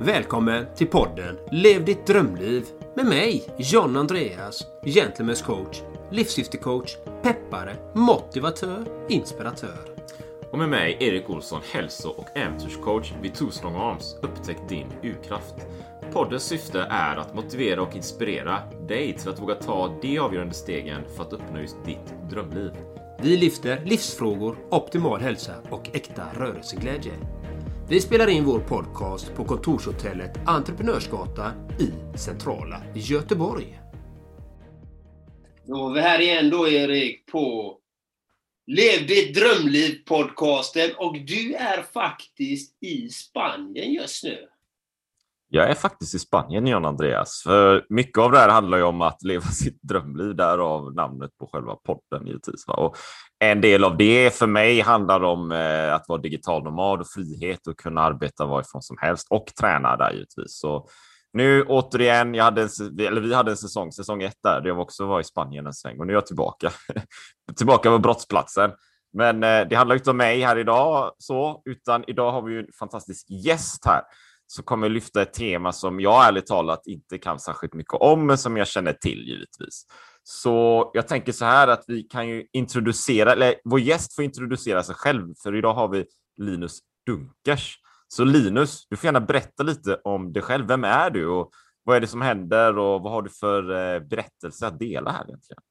Välkommen till podden Lev ditt drömliv med mig, John Andreas, gentleman's coach, livssyftecoach, peppare, motivatör, inspiratör. Och med mig, Erik Olsson, hälso- och äventyrscoach vid Two Strong Arms. Upptäck din urkraft. Poddens syfte är att motivera och inspirera dig till att våga ta de avgörande stegen för att uppnå just ditt drömliv. Vi lyfter livsfrågor, optimal hälsa och äkta rörelseglädje. Vi spelar in vår podcast på kontorshotellet Entreprenörsgatan i centrala Göteborg. Då är vi här igen då, Erik, på Lev ditt drömliv-podcasten, och du är faktiskt i Spanien just nu. Jag är faktiskt i Spanien, John Andreas. För mycket av det här handlar ju om att leva sitt drömliv, därav namnet på själva podden givetvis. Och en del av det för mig handlar om att vara digital nomad och frihet och kunna arbeta varifrån som helst och träna där givetvis. Så nu återigen, vi hade en säsong 1 där jag också var i Spanien en sväng, och nu är jag tillbaka på brottsplatsen. Men det handlar inte om mig här idag utan idag har vi ju en fantastisk gäst här. Så kommer jag lyfta ett tema som jag ärligt talat inte kan särskilt mycket om, men som jag känner till givetvis. Så jag tänker så här att vi kan ju vår gäst får introducera sig själv, för idag har vi Linus Dunkers. Så Linus, du får gärna berätta lite om dig själv. Vem är du och vad är det som händer och vad har du för berättelse att dela här egentligen?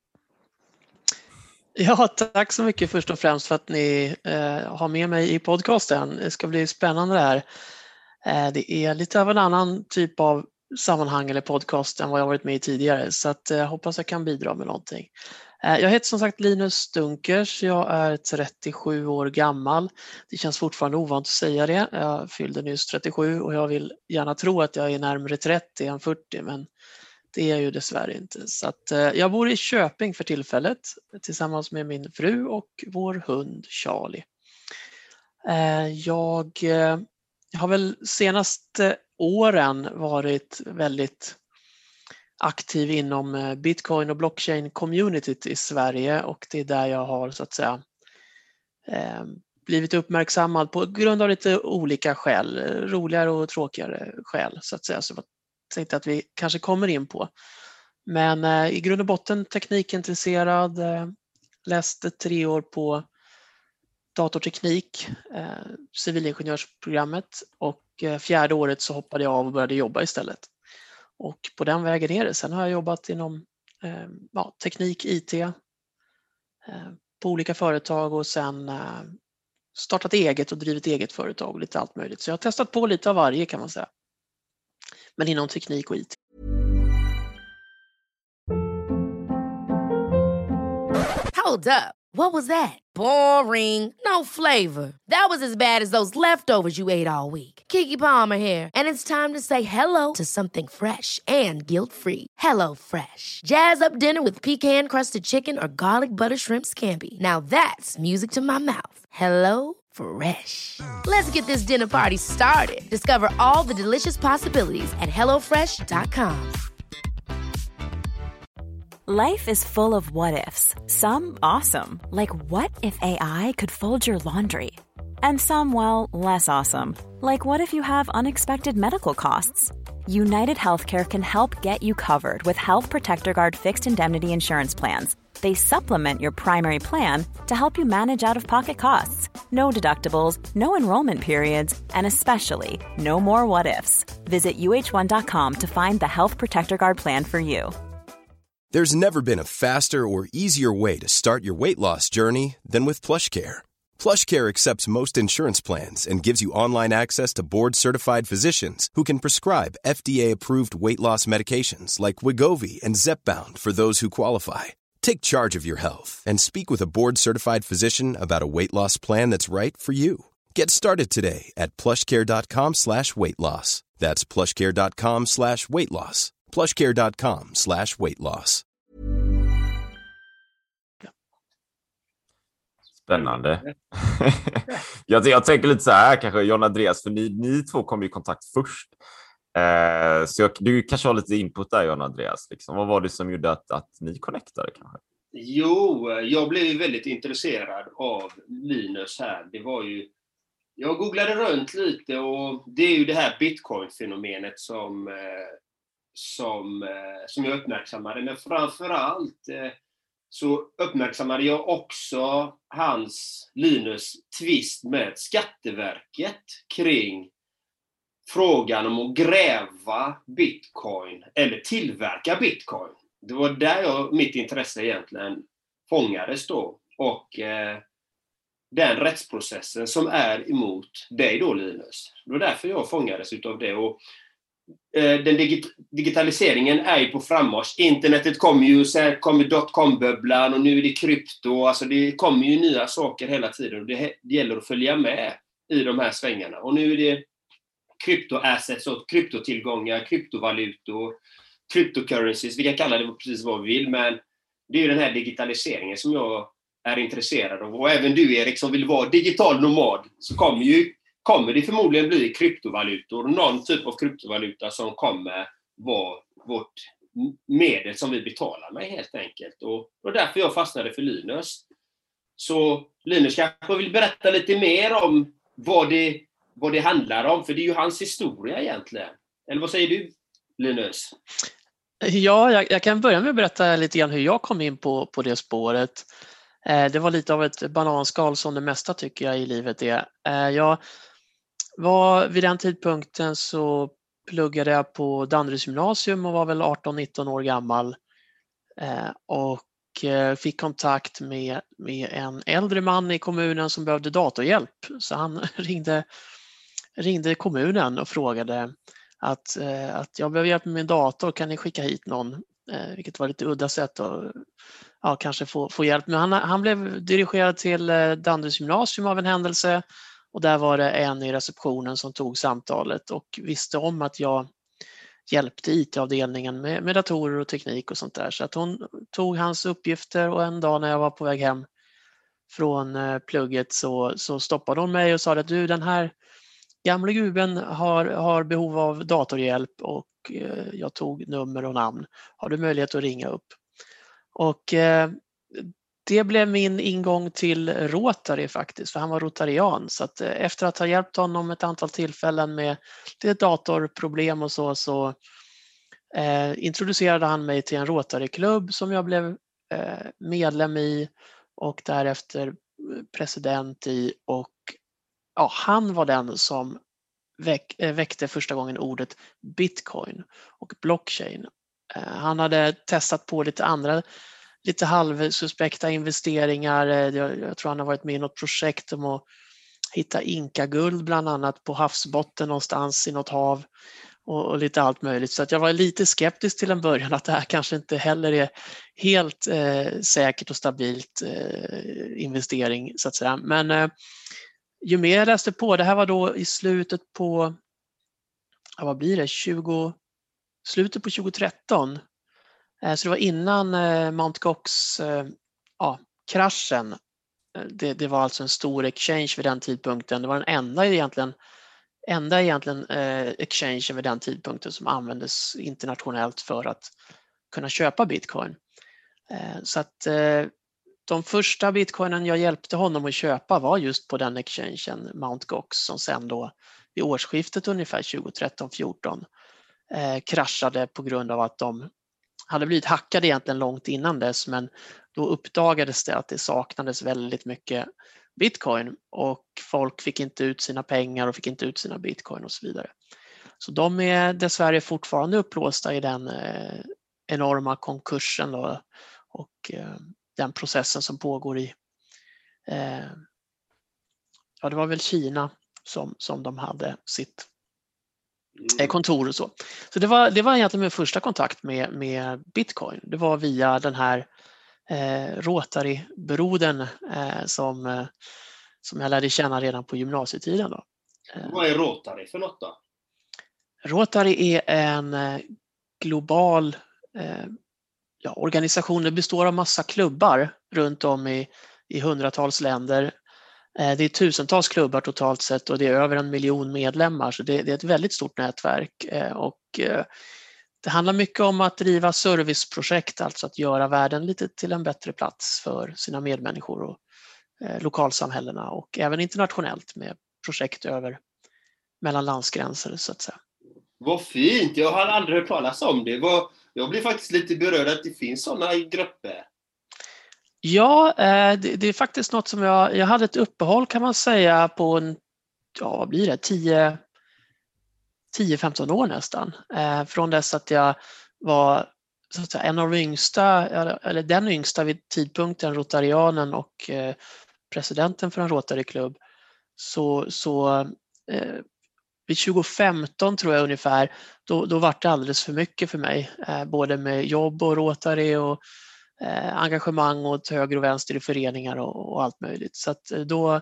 Ja, tack så mycket först och främst för att ni har med mig i podcasten. Det ska bli spännande det här. Det är lite av en annan typ av sammanhang eller podcast än vad jag varit med i tidigare, så att jag hoppas jag kan bidra med någonting. Jag heter som sagt Linus Dunkers, jag är 37 år gammal. Det känns fortfarande ovant att säga det. Jag fyllde nyss 37 och jag vill gärna tro att jag är närmare 30 än 40, men det är jag ju dessvärre inte. Så att jag bor i Köping för tillfället tillsammans med min fru och vår hund Charlie. Jag har väl senaste åren varit väldigt aktiv inom Bitcoin och blockchain-communityt i Sverige, och det är där jag har så att säga blivit uppmärksammad på grund av lite olika skäl, roligare och tråkigare skäl så att säga, så jag tänkte att vi kanske kommer in på. Men i grund och botten teknikintresserad, läste 3 år på datorteknik, civilingenjörsprogrammet, och 4:e året så hoppade jag av och började jobba istället. Och på den vägen är det. Sen har jag jobbat inom teknik, IT på olika företag, och sen startat eget och drivit eget företag och lite allt möjligt. Så jag har testat på lite av varje, kan man säga. Men inom teknik och IT. Hold up. What was that? Boring. No flavor. That was as bad as those leftovers you ate all week. Keke Palmer here, and it's time to say hello to something fresh and guilt-free. Hello Fresh. Jazz up dinner with pecan-crusted chicken or garlic butter shrimp scampi. Now that's music to my mouth. Hello Fresh. Let's get this dinner party started. Discover all the delicious possibilities at hellofresh.com. Life is full of what-ifs. Some awesome, like what if AI could fold your laundry? And some, well, less awesome, like what if you have unexpected medical costs? United Healthcare can help get you covered with Health Protector Guard fixed indemnity insurance plans. They supplement your primary plan to help you manage out-of-pocket costs. No deductibles, no enrollment periods, and especially no more what-ifs. Visit uh1.com to find the Health Protector Guard plan for you. There's never been a faster or easier way to start your weight loss journey than with PlushCare. PlushCare accepts most insurance plans and gives you online access to board-certified physicians who can prescribe FDA-approved weight loss medications like Wegovy and Zepbound for those who qualify. Take charge of your health and speak with a board-certified physician about a weight loss plan that's right for you. Get started today at plushcare.com/weightloss. That's plushcare.com/weightloss. plushcare.com/weightloss. Spännande. jag tänker lite så här kanske, John Andreas, för ni två kom i kontakt först. Så du kanske har lite input där, John Andreas. Liksom. Vad var det som gjorde att ni connectade kanske? Jo, jag blev väldigt intresserad av Linus här. Det var ju Jag googlade runt lite och det är ju det här Bitcoin-fenomenet som jag uppmärksammade. Men framförallt så uppmärksammade jag också Linus tvist med Skatteverket kring frågan om att gräva Bitcoin eller tillverka Bitcoin. Det var där mitt intresse egentligen fångades då. Och den rättsprocessen som är emot dig då, Linus. Det var därför jag fångades utav det. Och den digitaliseringen är ju på frammarsch. Internetet kommer ju, sen kommer dotcom-bubblan och nu är det krypto. Alltså det kommer ju nya saker hela tiden och det gäller att följa med i de här svängarna. Och nu är det kryptoassets och kryptotillgångar, kryptovalutor, cryptocurrencies. Vi kan kalla det precis vad vi vill, men det är ju den här digitaliseringen som jag är intresserad av. Och även du, Erik, som vill vara digital nomad, så kommer det förmodligen bli kryptovalutor, någon typ av kryptovaluta som kommer vara vårt medel som vi betalar med helt enkelt. Och därför jag fastnade för Linus. Så Linus kanske vill berätta lite mer om vad det handlar om, för det är ju hans historia egentligen. Eller vad säger du, Linus? Ja, jag kan börja med att berätta lite grann hur jag kom in på det spåret. Det var lite av ett bananskal som det mesta tycker jag i livet är. Jag var vid den tidpunkten så pluggade jag på Danderyds gymnasium och var väl 18-19 år gammal. Och fick kontakt med en äldre man i kommunen som behövde datorhjälp. Så han ringde kommunen och frågade att jag behöver hjälp med min dator, kan ni skicka hit någon? Vilket var lite udda sätt att kanske få hjälp. Men han blev dirigerad till Danderyds gymnasium av en händelse och där var det en i receptionen som tog samtalet och visste om att jag hjälpte IT-avdelningen med datorer och teknik och sånt där. Så att hon tog hans uppgifter och en dag när jag var på väg hem från plugget så stoppade hon mig och sa att du, den här gamla gubben har behov av datorhjälp och jag tog nummer och namn. Har du möjlighet att ringa upp? Och det blev min ingång till Rotary faktiskt, för han var rotarian. Så att efter att ha hjälpt honom ett antal tillfällen med lite datorproblem och så introducerade han mig till en Rotary-klubb som jag blev medlem i och därefter president i. Och ja, han var den som väckte första gången ordet Bitcoin och blockchain. Han hade testat på lite andra, lite halvsuspekta investeringar. Jag tror han har varit med i något projekt om att hitta inkaguld bland annat på havsbotten någonstans i något hav och lite allt möjligt. Så att jag var lite skeptisk till en början att det här kanske inte heller är helt säkert och stabilt investering så att säga. Men ju mer jag läste på, det här var då i slutet på, vad blir det, slutet på 2013. Så det var innan Mt. Gox-kraschen. Det var alltså en stor exchange vid den tidpunkten. Det var den enda egentligen exchange vid den tidpunkten som användes internationellt för att kunna köpa Bitcoin. Så att de första bitcoinen jag hjälpte honom att köpa var just på den exchangen Mt. Gox som sen då vid årsskiftet ungefär 2013-14 kraschade på grund av att de hade blivit hackade egentligen långt innan dess, men då uppdagades det att det saknades väldigt mycket bitcoin och folk fick inte ut sina pengar och fick inte ut sina bitcoin och så vidare. Så de är dessvärre fortfarande upplåsta i den enorma konkursen då, och den processen som pågår i det var väl Kina som de hade sitt kontor och så. Så det var egentligen min första kontakt med Bitcoin. Det var via den här Rotary-brodern som jag lärde känna redan på gymnasietiden. Då. Vad är Rotary för något då? Rotary är en global organisation. Det består av massa klubbar runt om i hundratals länder. Det är tusentals klubbar totalt sett och det är över 1 miljon medlemmar, så det är ett väldigt stort nätverk. Och det handlar mycket om att driva serviceprojekt, alltså att göra världen lite till en bättre plats för sina medmänniskor och lokalsamhällena och även internationellt med projekt över mellan landsgränser så att säga. Vad fint, jag har aldrig hört talas om det. Jag blir faktiskt lite berörd att det finns sådana grupper. Ja, det är faktiskt något som jag hade ett uppehåll kan man säga på vad blir det, 10-15 år nästan. Från dess att jag var så att säga, en av de yngsta, eller den yngsta vid tidpunkten, rotarianen och presidenten för en Rotary-klubb. Så vid 2015 tror jag ungefär, då var det alldeles för mycket för mig. Både med jobb och Rotary och engagemang åt höger och vänster i föreningar och allt möjligt. Så att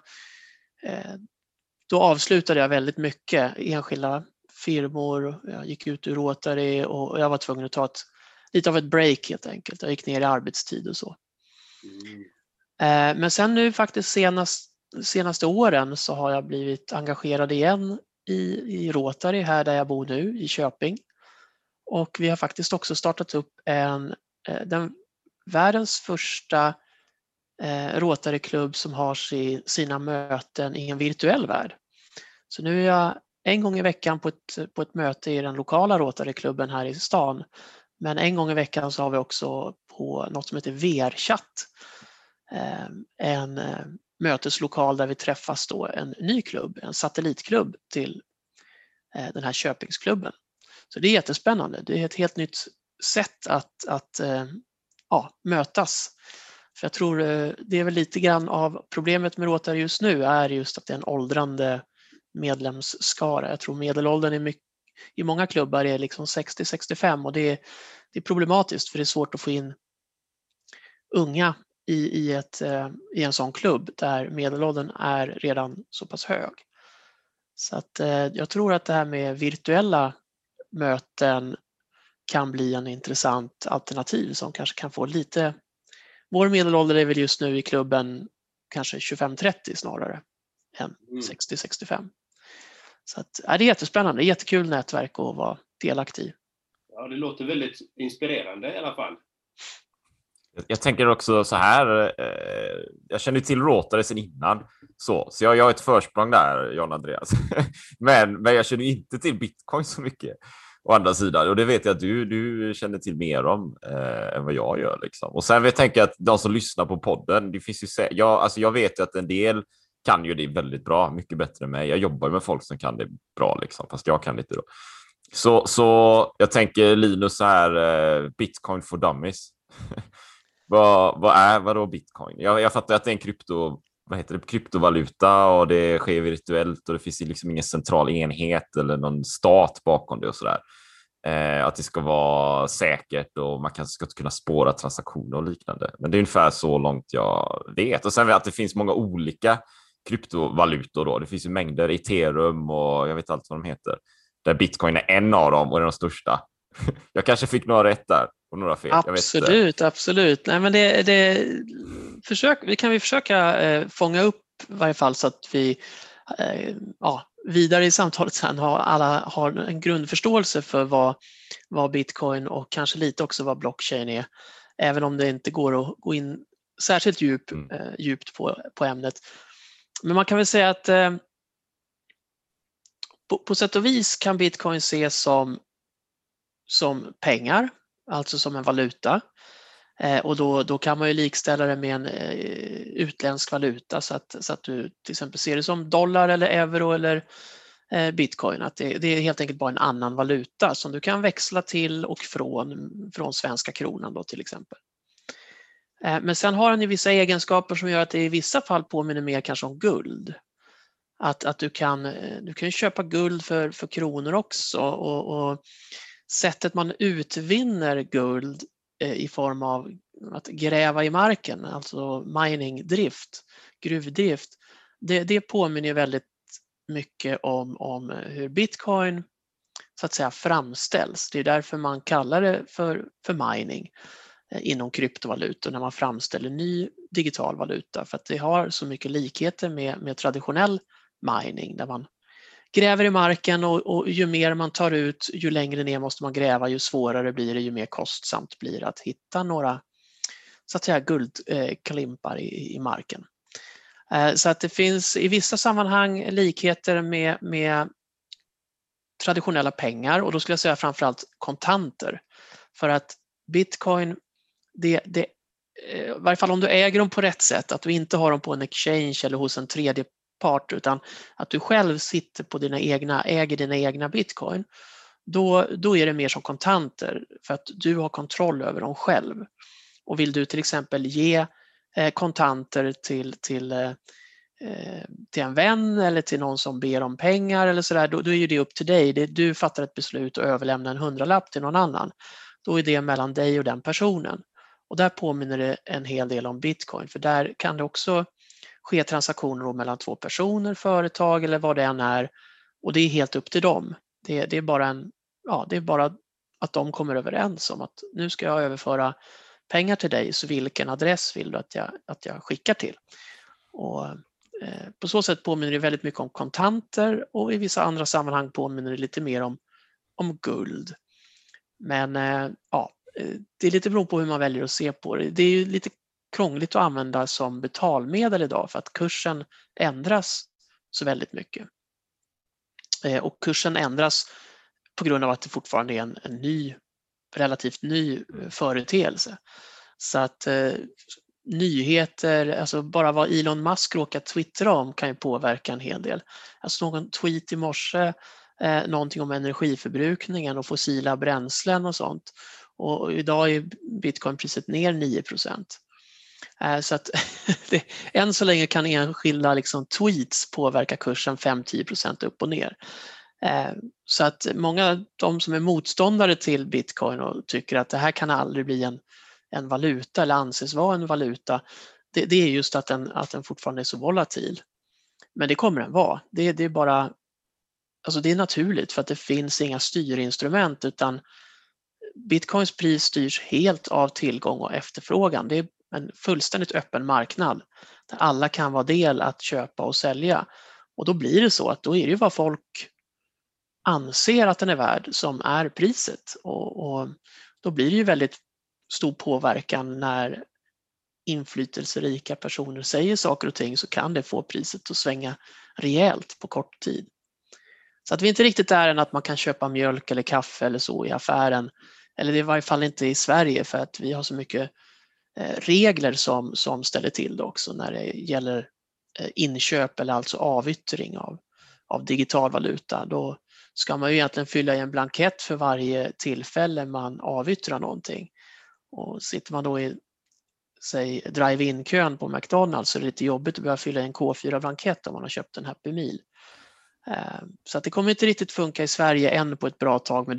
då avslutade jag väldigt mycket enskilda firmor. Jag gick ut ur Rotary och jag var tvungen att ta lite av ett break helt enkelt. Jag gick ner i arbetstid och så. Men sen nu faktiskt senaste åren så har jag blivit engagerad igen i Rotary här där jag bor nu i Köping. Och vi har faktiskt också startat upp den världens första Rotary-klubb som har sina möten i en virtuell värld. Så nu är jag en gång i veckan på ett möte i den lokala Rotary-klubben här i stan. Men en gång i veckan så har vi också på något som heter VR-chatt en möteslokal där vi träffas då en ny klubb, en satellitklubb till den här Köpingsklubben. Så det är jättespännande. Det är ett helt nytt sätt att mötas. För jag tror det är väl lite grann av problemet med Rotary just nu är just att det är en åldrande medlemsskara. Jag tror medelåldern i många klubbar är liksom 60-65 och det är problematiskt för det är svårt att få in unga i en sån klubb där medelåldern är redan så pass hög. Så att jag tror att det här med virtuella möten kan bli en intressant alternativ som kanske kan få lite... Vår medelålder är väl just nu i klubben kanske 25-30 snarare än 60-65. Så att, det är jättespännande, jättekul nätverk att vara delaktig i. Ja, det låter väldigt inspirerande i alla fall. Jag tänker också så här, jag känner till Rotary sedan innan, så jag har ett försprång där, John Andreas. men jag känner inte till Bitcoin så mycket, å andra sidan. Och det vet jag att du känner till mer om än vad jag gör. Liksom. Och sen tänker jag att de som lyssnar på podden, det finns ju, jag vet ju att en del kan ju det väldigt bra, mycket bättre än mig. Jag jobbar med folk som kan det bra, liksom, fast jag kan inte då. Så jag tänker, Linus, så här, Bitcoin for dummies. Vad då Bitcoin? Jag fattar att det är en kryptovaluta och det sker virtuellt och det finns liksom ingen central enhet eller någon stat bakom det och sådär. Att det ska vara säkert och man ska kunna spåra transaktioner och liknande. Men det är ungefär så långt jag vet. Och sen att det finns många olika kryptovalutor då. Det finns ju mängder, Ethereum och jag vet allt vad de heter. Där Bitcoin är en av dem och är de största. Jag kanske fick några rätt där och några fel. Absolut. Nej, men vi kan försöka fånga upp i varje fall så att vi vidare i samtalet sen alla har en grundförståelse för vad Bitcoin och kanske lite också vad blockchain är. Även om det inte går att gå in särskilt djupt på ämnet. Men man kan väl säga att på sätt och vis kan Bitcoin ses som pengar, alltså som en valuta. Och då kan man ju likställa det med en utländsk valuta så att du till exempel ser det som dollar eller euro eller Bitcoin. Att det är helt enkelt bara en annan valuta som du kan växla till och från svenska kronan då till exempel. Men sen har den ju vissa egenskaper som gör att det i vissa fall påminner mer kanske om guld. Att du kan köpa guld för kronor också och sättet man utvinner guld i form av att gräva i marken, alltså miningdrift, gruvdrift, det påminner väldigt mycket om hur Bitcoin så att säga framställs. Det är därför man kallar det för mining inom kryptovalutor när man framställer ny digital valuta, för att det har så mycket likheter med traditionell mining där man gräver i marken och ju mer man tar ut, ju längre ner måste man gräva, ju svårare blir det, ju mer kostsamt blir det att hitta några så att säga guldklimpar i marken. Så att det finns i vissa sammanhang likheter med traditionella pengar, och då skulle jag säga framförallt kontanter. För att Bitcoin, i varje fall om du äger dem på rätt sätt, att du inte har dem på en exchange eller hos en tredje part, utan att du själv sitter på äger dina egna Bitcoin, då är det mer som kontanter, för att du har kontroll över dem själv. Och vill du till exempel ge kontanter till en vän eller till någon som ber om pengar eller sådär, då är ju det upp till dig. Du fattar ett beslut och överlämnar en 100-lapp till någon annan. Då är det mellan dig och den personen. Och där påminner det en hel del om Bitcoin, för där kan det också ske transaktioner mellan två personer, företag eller vad det än är, och det är helt upp till dem. Det är bara att de kommer överens om att nu ska jag överföra pengar till dig, så vilken adress vill du att jag skickar till? Och på så sätt påminner det väldigt mycket om kontanter, och i vissa andra sammanhang påminner det lite mer om guld. Men det är lite beroende på hur man väljer att se på det. Det är ju lite krångligt att använda som betalmedel idag, för att kursen ändras så väldigt mycket. Och kursen ändras på grund av att det fortfarande är en relativt ny företeelse. Så att nyheter, alltså bara vad Elon Musk råkar twittra om kan ju påverka en hel del. Alltså någon tweet i morse, någonting om energiförbrukningen och fossila bränslen och sånt. Och idag är bitcoinpriset ner 9%. Så att än så länge kan enskilda tweets påverka kursen 5-10% upp och ner. Så att många, de som är motståndare till bitcoin och tycker att det här kan aldrig bli en valuta eller anses vara en valuta, det är just att den fortfarande är så volatil. Men det kommer den vara. Det är bara, alltså det är naturligt, för att det finns inga styrinstrument, utan bitcoins pris styrs helt av tillgång och efterfrågan. Det är en fullständigt öppen marknad där alla kan vara del att köpa och sälja. Och då blir det så att då är det vad folk anser att den är värd som är priset. Och då blir det ju väldigt stor påverkan när inflytelserika personer säger saker och ting, så kan det få priset att svänga rejält på kort tid. Så att vi inte riktigt är än att man kan köpa mjölk eller kaffe eller så i affären, eller det är i varje fall inte i Sverige, för att vi har så mycket regler som ställer till det också när det gäller inköp eller alltså avyttring av digital valuta. Då ska man ju egentligen fylla i en blankett för varje tillfälle man avyttrar någonting. Och sitter man då i drive-in-kön på McDonalds, så är det lite jobbigt att behöva fylla i en K4-blankett om man har köpt en Happy Meal. Så att det kommer inte riktigt funka i Sverige än på ett bra tag med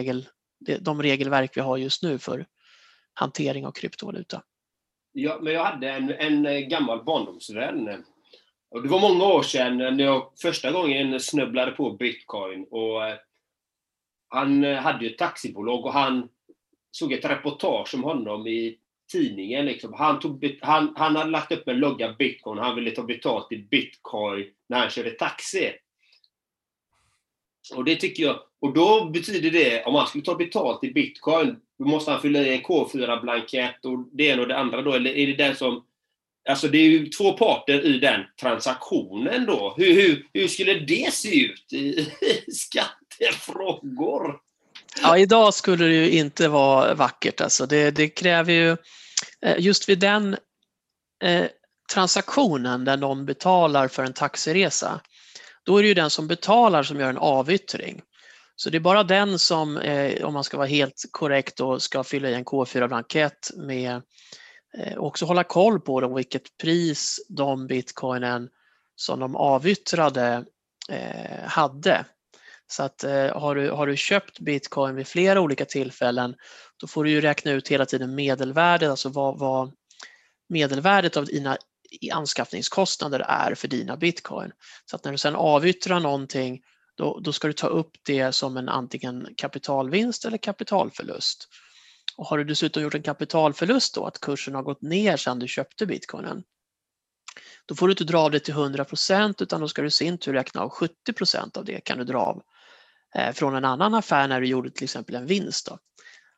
de regelverk vi har just nu för hantering av kryptovaluta. Ja, men jag hade en gammal barndomsvän. Och det var många år sedan när jag första gången snubblade på Bitcoin. Och han hade ju ett taxibolag, och han såg ett reportage om honom i tidningen. Han hade lagt upp en logga Bitcoin. Han ville ta betalt i Bitcoin när han körde taxi. Och det tycker jag, och då betyder det, om man skulle ta betalt i Bitcoin, då måste han fylla i en K4-blankett och det ena och det andra då, eller är det den som, alltså det är ju två parter i den transaktionen då. Hur skulle det se ut i skattefrågor? Ja, idag skulle det ju inte vara vackert. Alltså det kräver ju, just vid den transaktionen där någon betalar för en taxiresa, då är det ju den som betalar som gör en avyttring. Så det är bara den som, om man ska vara helt korrekt, och ska fylla i en K4-blankett med också hålla koll på dem, vilket pris de bitcoinen som de avyttrade hade. Så att har du köpt bitcoin vid flera olika tillfällen, då får du ju räkna ut hela tiden medelvärdet, alltså vad medelvärdet av dina anskaffningskostnader är för dina bitcoin. Så att när du sedan avyttrar någonting, då ska du ta upp det som en antingen kapitalvinst eller kapitalförlust. Och har du dessutom gjort en kapitalförlust då, att kursen har gått ner sedan du köpte bitcoinen, då får du inte dra av det till 100%, utan då ska du i sin tur räkna av 70% av det kan du dra av från en annan affär när du gjorde till exempel en vinst då.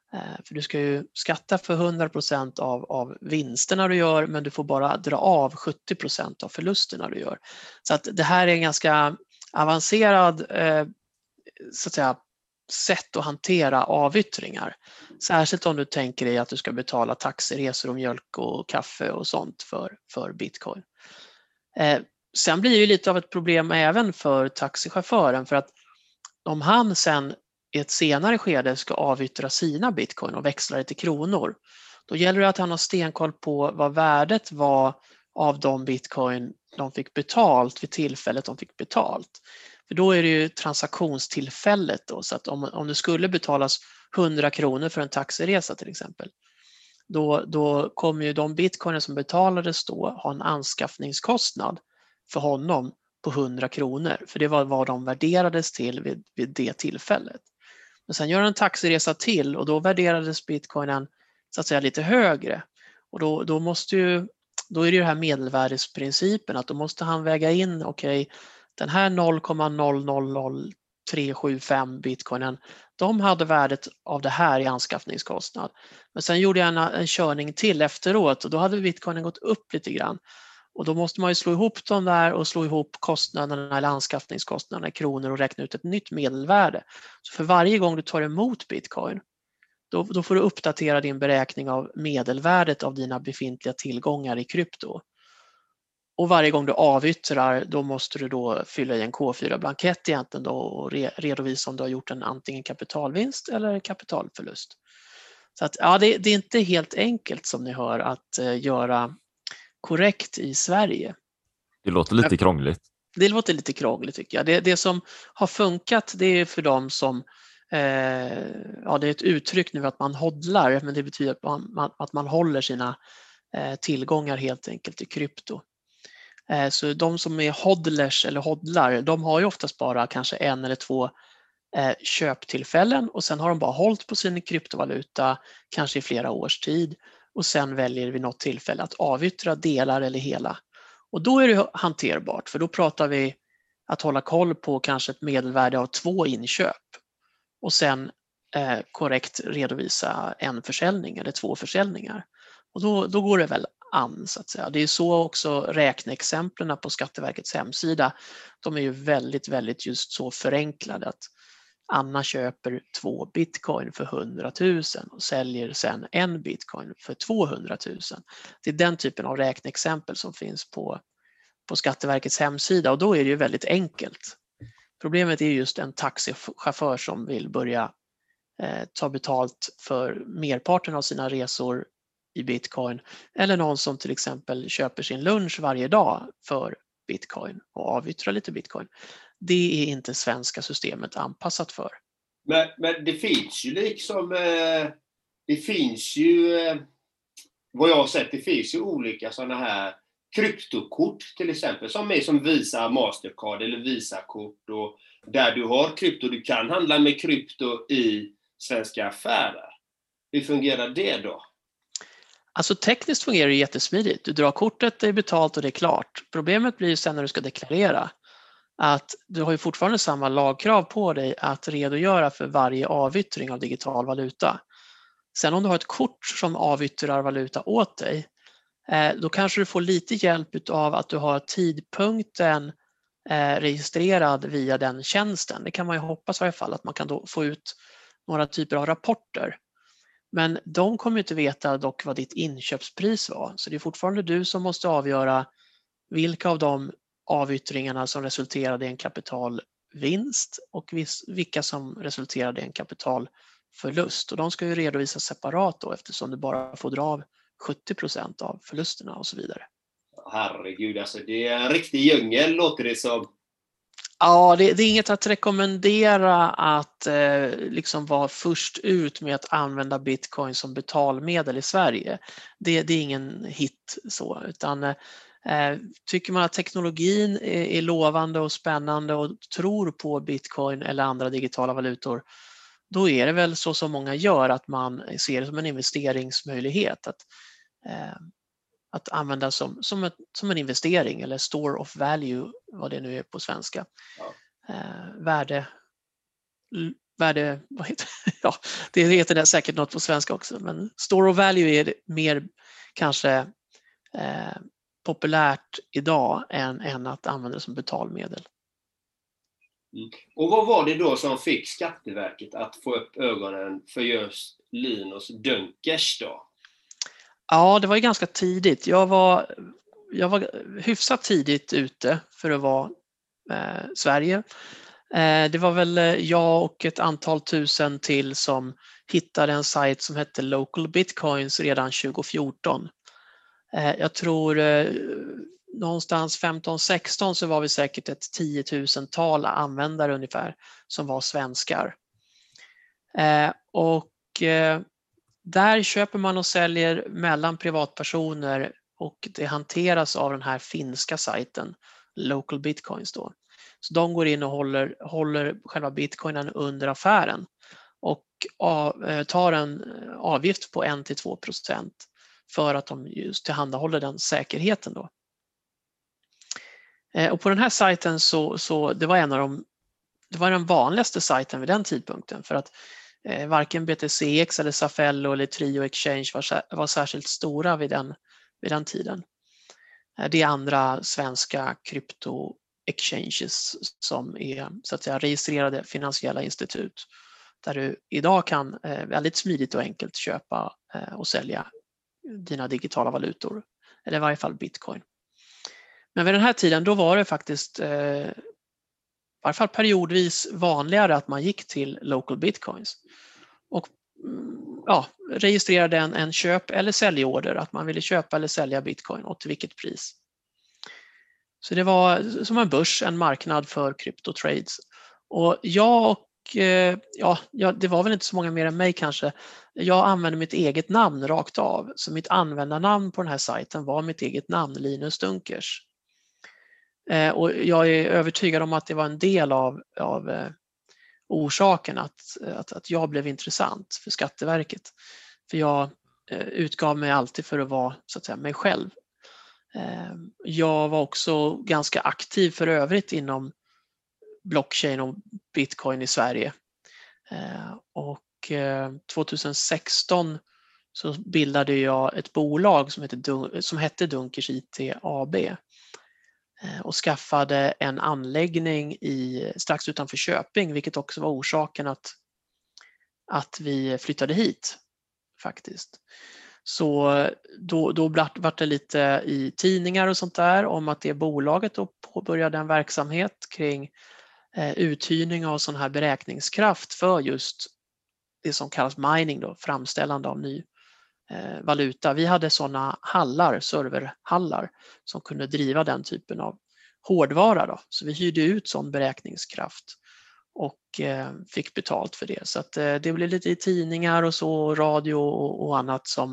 För du ska ju skatta för 100% av vinsterna du gör, men du får bara dra av 70% av förlusterna du gör. Så att det här är en ganska avancerad så att säga, sätt att hantera avyttringar. Särskilt om du tänker dig att du ska betala taxiresor och mjölk och kaffe och sånt för bitcoin. Sen blir det lite av ett problem även för taxichauffören, för att om han sen i ett senare skede ska avyttra sina bitcoin och växla det till kronor, då gäller det att han har stenkoll på vad värdet var av de bitcoin de fick betalt vid tillfället de fick betalt. För då är det ju transaktionstillfället då, så att om det skulle betalas 100 kronor för en taxiresa till exempel, då kommer ju de bitcoiner som betalades då ha en anskaffningskostnad för honom på 100 kronor, för det var vad de värderades till vid det tillfället. Men sen gör en taxiresa till och då värderades bitcoinen så att säga lite högre, och då är det här medelvärdesprincipen, att då måste han väga in, okej, den här 0,000375 bitcoinen, de hade värdet av det här i anskaffningskostnad. Men sen gjorde jag en körning till efteråt och då hade bitcoinen gått upp lite grann. Och då måste man ju slå ihop dem där och slå ihop kostnaderna eller anskaffningskostnaderna i kronor och räkna ut ett nytt medelvärde. Så för varje gång du tar emot bitcoin, då får du uppdatera din beräkning av medelvärdet av dina befintliga tillgångar i krypto. Och varje gång du avyttrar, då måste du då fylla i en K4-blankett egentligen då och redovisa om du har gjort en antingen kapitalvinst eller en kapitalförlust. Så att, ja, det är inte helt enkelt som ni hör att göra korrekt i Sverige. Det låter lite krångligt. Det låter lite krångligt tycker jag. Det som har funkat, det är för dem som det är ett uttryck nu att man hodlar, men det betyder att man håller sina tillgångar helt enkelt i krypto. Så de som är hodlers eller hodlar, de har ju oftast bara kanske 1 eller 2 köptillfällen och sen har de bara hållit på sin kryptovaluta kanske i flera års tid och sen väljer vi något tillfälle att avyttra delar eller hela. Och då är det hanterbart, för då pratar vi att hålla koll på kanske ett medelvärde av 2 inköp och sen korrekt redovisa en försäljning eller 2 försäljningar. Och då går det väl an så att säga. Det är så också räkneexemplen på Skatteverkets hemsida, de är ju väldigt, väldigt just så förenklade att Anna köper 2 bitcoin för 100 000 och säljer sen 1 bitcoin för 200 000. Det är den typen av räkneexempel som finns på Skatteverkets hemsida och då är det ju väldigt enkelt. Problemet är just en taxichaufför som vill börja ta betalt för merparten av sina resor i bitcoin, eller någon som till exempel köper sin lunch varje dag för bitcoin och avyttrar lite bitcoin. Det är inte svenska systemet anpassat för. Men det finns ju liksom, vad jag har sett, det finns ju olika sådana här kryptokort till exempel, som Visa Mastercard eller Visa-kort, och där du har krypto, du kan handla med krypto i svenska affärer. Hur fungerar det då? Alltså tekniskt fungerar det jättesmidigt. Du drar kortet, det är betalt och det är klart. Problemet blir ju sen när du ska deklarera att du har ju fortfarande samma lagkrav på dig att redogöra för varje avyttring av digital valuta. Sen om du har ett kort som avyttrar valuta åt dig, då kanske du får lite hjälp av att du har tidpunkten registrerad via den tjänsten. Det kan man ju hoppas i alla fall, att man kan då få ut några typer av rapporter. Men de kommer inte veta dock vad ditt inköpspris var. Så det är fortfarande du som måste avgöra vilka av de avyttringarna som resulterade i en kapitalvinst och vilka som resulterade i en kapitalförlust. Och de ska ju redovisas separat då, eftersom du bara får dra av 70% av förlusterna och så vidare. Herregud, alltså det är en riktig djungel låter det som. Ja, det är inget att rekommendera att liksom vara först ut med att använda bitcoin som betalmedel i Sverige. Det är ingen hit så, utan tycker man att teknologin är lovande och spännande och tror på bitcoin eller andra digitala valutor, då är det väl så som många gör, att man ser det som en investeringsmöjlighet att använda som en investering, eller store of value, vad det nu är på svenska. Ja. ja, det heter det säkert något på svenska också, men store of value är mer kanske populärt idag än att använda det som betalmedel. Och vad var det då som fick Skatteverket att få upp ögonen för just Linus Dunkers då? Ja, det var ju ganska tidigt. Jag var hyfsat tidigt ute för att vara Sverige. Det var väl jag och ett antal tusen till som hittade en sajt som hette Local Bitcoins redan 2014. Jag tror någonstans 15-16 så var vi säkert ett 10 000-tal användare ungefär som var svenskar. Där köper man och säljer mellan privatpersoner och det hanteras av den här finska sajten Local Bitcoins då. Så de går in och håller själva bitcoinen under affären och tar en avgift på 1-2% för att de just tillhandahåller den säkerheten då. Och på den här sajten så det var den vanligaste sajten vid den tidpunkten, för att varken BTCX eller Safello eller Trio Exchange var särskilt stora vid den tiden. Det är andra svenska krypto-exchanges som är så att säga registrerade finansiella institut där du idag kan väldigt smidigt och enkelt köpa och sälja dina digitala valutor, eller i varje fall bitcoin. Men vid den här tiden då var det faktiskt i varje fall periodvis vanligare att man gick till Local Bitcoins och registrerade en köp- eller säljorder, att man ville köpa eller sälja bitcoin och till vilket pris. Så det var som en börs, en marknad för kryptotrades. Och det var väl inte så många mer än mig kanske. Jag använde mitt eget namn rakt av, så mitt användarnamn på den här sajten var mitt eget namn, Linus Dunkers. Och jag är övertygad om att det var en del av orsaken att jag blev intressant för Skatteverket. För jag utgav mig alltid för att vara så att säga mig själv. Jag var också ganska aktiv för övrigt inom blockchain och bitcoin i Sverige. Och 2016 så bildade jag ett bolag som hette Dunkers IT AB och skaffade en anläggning strax utanför Köping, vilket också var orsaken att vi flyttade hit faktiskt. Så då var det lite i tidningar och sånt där om att det bolaget då påbörjade en verksamhet kring uthyrning av sån här beräkningskraft för just det som kallas mining då, framställande av ny valuta. Vi hade sådana serverhallar som kunde driva den typen av hårdvara då. Så vi hyrde ut sån beräkningskraft och fick betalt för det. Så att det blev lite i tidningar och så, radio och annat som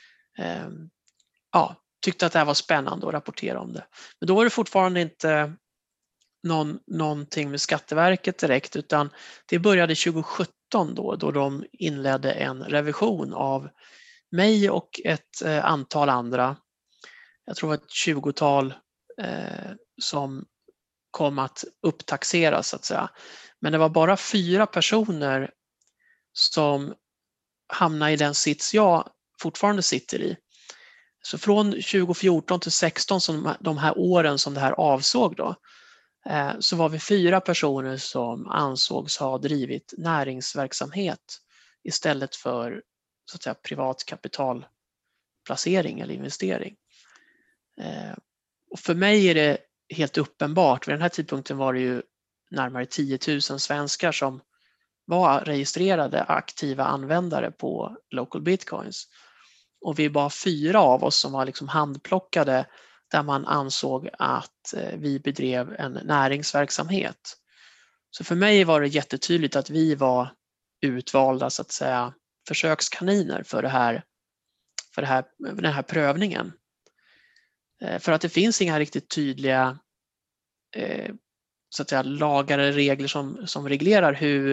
tyckte att det här var spännande att rapportera om det. Men då var det fortfarande inte någonting med Skatteverket direkt, utan det började 2017 då de inledde en revision av mig och ett antal andra. Jag tror ett 20-tal som kom att upptaxeras så att säga. Men det var bara 4 personer som hamnade i den sits jag fortfarande sitter i. Så från 2014 till 2016, som de här åren som det här avsåg då, så var vi 4 personer som ansågs ha drivit näringsverksamhet istället för så att säga privat kapitalplacering eller investering. Och för mig är det helt uppenbart, vid den här tidpunkten var det ju närmare 10 000 svenskar som var registrerade aktiva användare på Local Bitcoins. Och vi var 4 av oss som var liksom handplockade där man ansåg att vi bedrev en näringsverksamhet. Så för mig var det jättetydligt att vi var utvalda så att säga försökskaniner för den här prövningen. För att det finns inga riktigt tydliga så att säga lagar eller regler som reglerar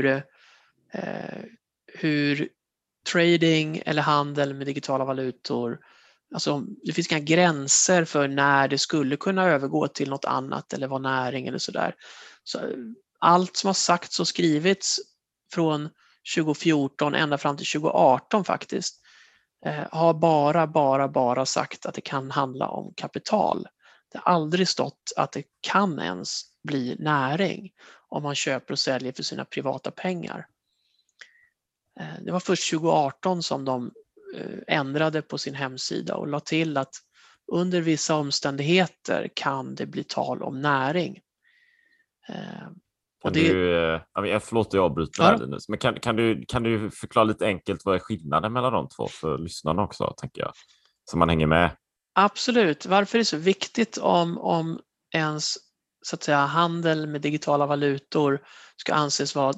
hur trading eller handel med digitala valutor, alltså det finns inga gränser för när det skulle kunna övergå till något annat eller vara näring eller sådär. Så allt som har sagts och skrivits från 2014 ända fram till 2018 faktiskt har bara sagt att det kan handla om kapital. Det har aldrig stått att det kan ens bli näring om man köper och säljer för sina privata pengar. Det var först 2018 som de ändrade på sin hemsida och la till att under vissa omständigheter kan det bli tal om näring. Förlåt, jag avbryter här, Linus. Men kan du förklara lite enkelt vad är skillnaden mellan de två för lyssnarna också, tänker jag, så man hänger med? Absolut. Varför är det så viktigt om ens så att säga handel med digitala valutor ska anses vara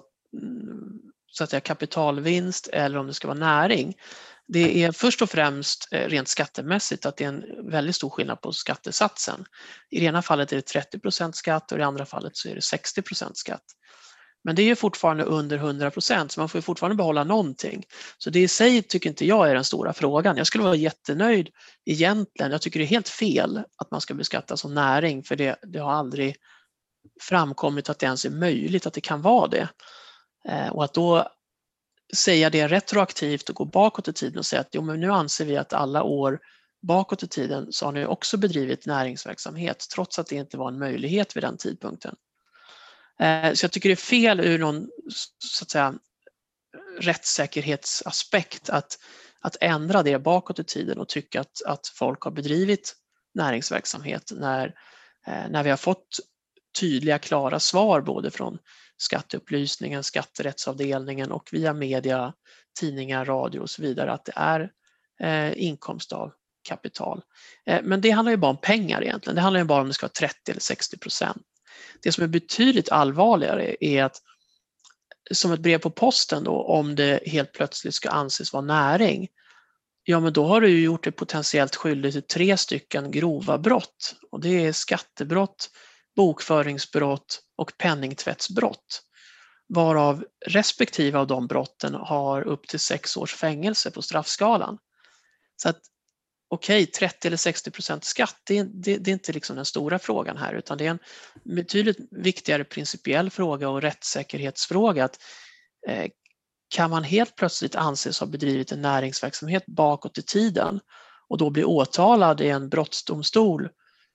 så att säga kapitalvinst eller om det ska vara näring? Det är först och främst rent skattemässigt att det är en väldigt stor skillnad på skattesatsen. I det ena fallet är det 30% skatt och i det andra fallet så är det 60% skatt. Men det är ju fortfarande under 100%, så man får ju fortfarande behålla någonting. Så det i sig tycker inte jag är den stora frågan. Jag skulle vara jättenöjd egentligen. Jag tycker det är helt fel att man ska beskattas som näring, för det har aldrig framkommit att det ens är möjligt att det kan vara det. Och att då säga det retroaktivt och gå bakåt i tiden och säga att men nu anser vi att alla år bakåt i tiden så har ni också bedrivit näringsverksamhet trots att det inte var en möjlighet vid den tidpunkten. Så jag tycker det är fel ur någon så att säga rättssäkerhetsaspekt att ändra det bakåt i tiden och tycka att folk har bedrivit näringsverksamhet när vi har fått tydliga, klara svar både från skatteupplysningen, skatterättsavdelningen och via media, tidningar, radio och så vidare att det är inkomst av kapital. Men det handlar ju bara om pengar egentligen. Det handlar ju bara om det ska vara 30 eller 60%. Det som är betydligt allvarligare är att som ett brev på posten då, om det helt plötsligt ska anses vara näring, ja men då har du ju gjort det potentiellt skyldig till 3 stycken grova brott. Och det är skattebrott, bokföringsbrott och penningtvättsbrott. Varav respektive av de brotten har upp till 6 års fängelse på straffskalan. Så att 30 eller 60% skatt, det är inte liksom den stora frågan här, utan det är en betydligt viktigare principiell fråga och rättssäkerhetsfråga. Att, kan man helt plötsligt anses ha bedrivit en näringsverksamhet bakåt i tiden och då bli åtalad i en brottsdomstol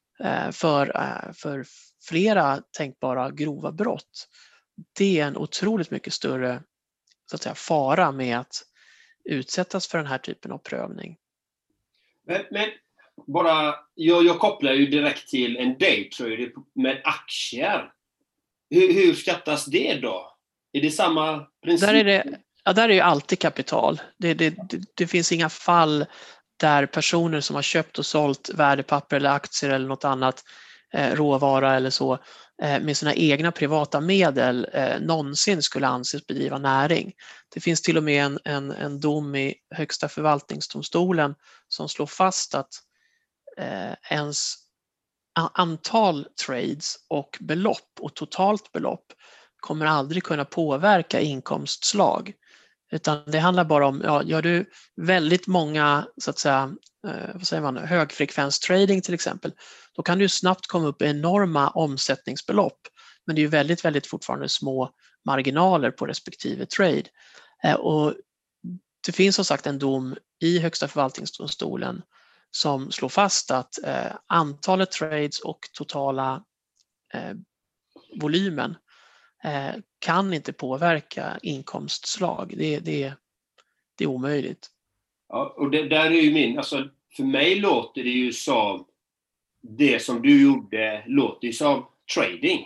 för flera tänkbara grova brott? Det är en otroligt mycket större så att säga, fara med att utsättas för den här typen av prövning. Men bara, jag kopplar ju direkt till en daytrade med aktier. Hur skattas det då? Är det samma princip? Där är ju alltid kapital. Det finns inga fall där personer som har köpt och sålt värdepapper eller aktier eller något annat, råvara eller så, med sina egna privata medel någonsin skulle anses bedriva näring. Det finns till och med en dom i Högsta förvaltningsdomstolen som slår fast att ens antal trades och belopp och totalt belopp kommer aldrig kunna påverka inkomstslag. Utan det handlar bara om, gör du väldigt många så att säga, högfrekvens trading till exempel, då kan du snabbt komma upp i enorma omsättningsbelopp, men det är ju väldigt, väldigt fortfarande små marginaler på respektive trade. Och det finns som sagt en dom i Högsta förvaltningsdomstolen som slår fast att antalet trades och totala volymen kan inte påverka inkomstslag. Det är omöjligt. Ja, och där är ju för mig låter det ju som det som du gjorde låter ju som trading.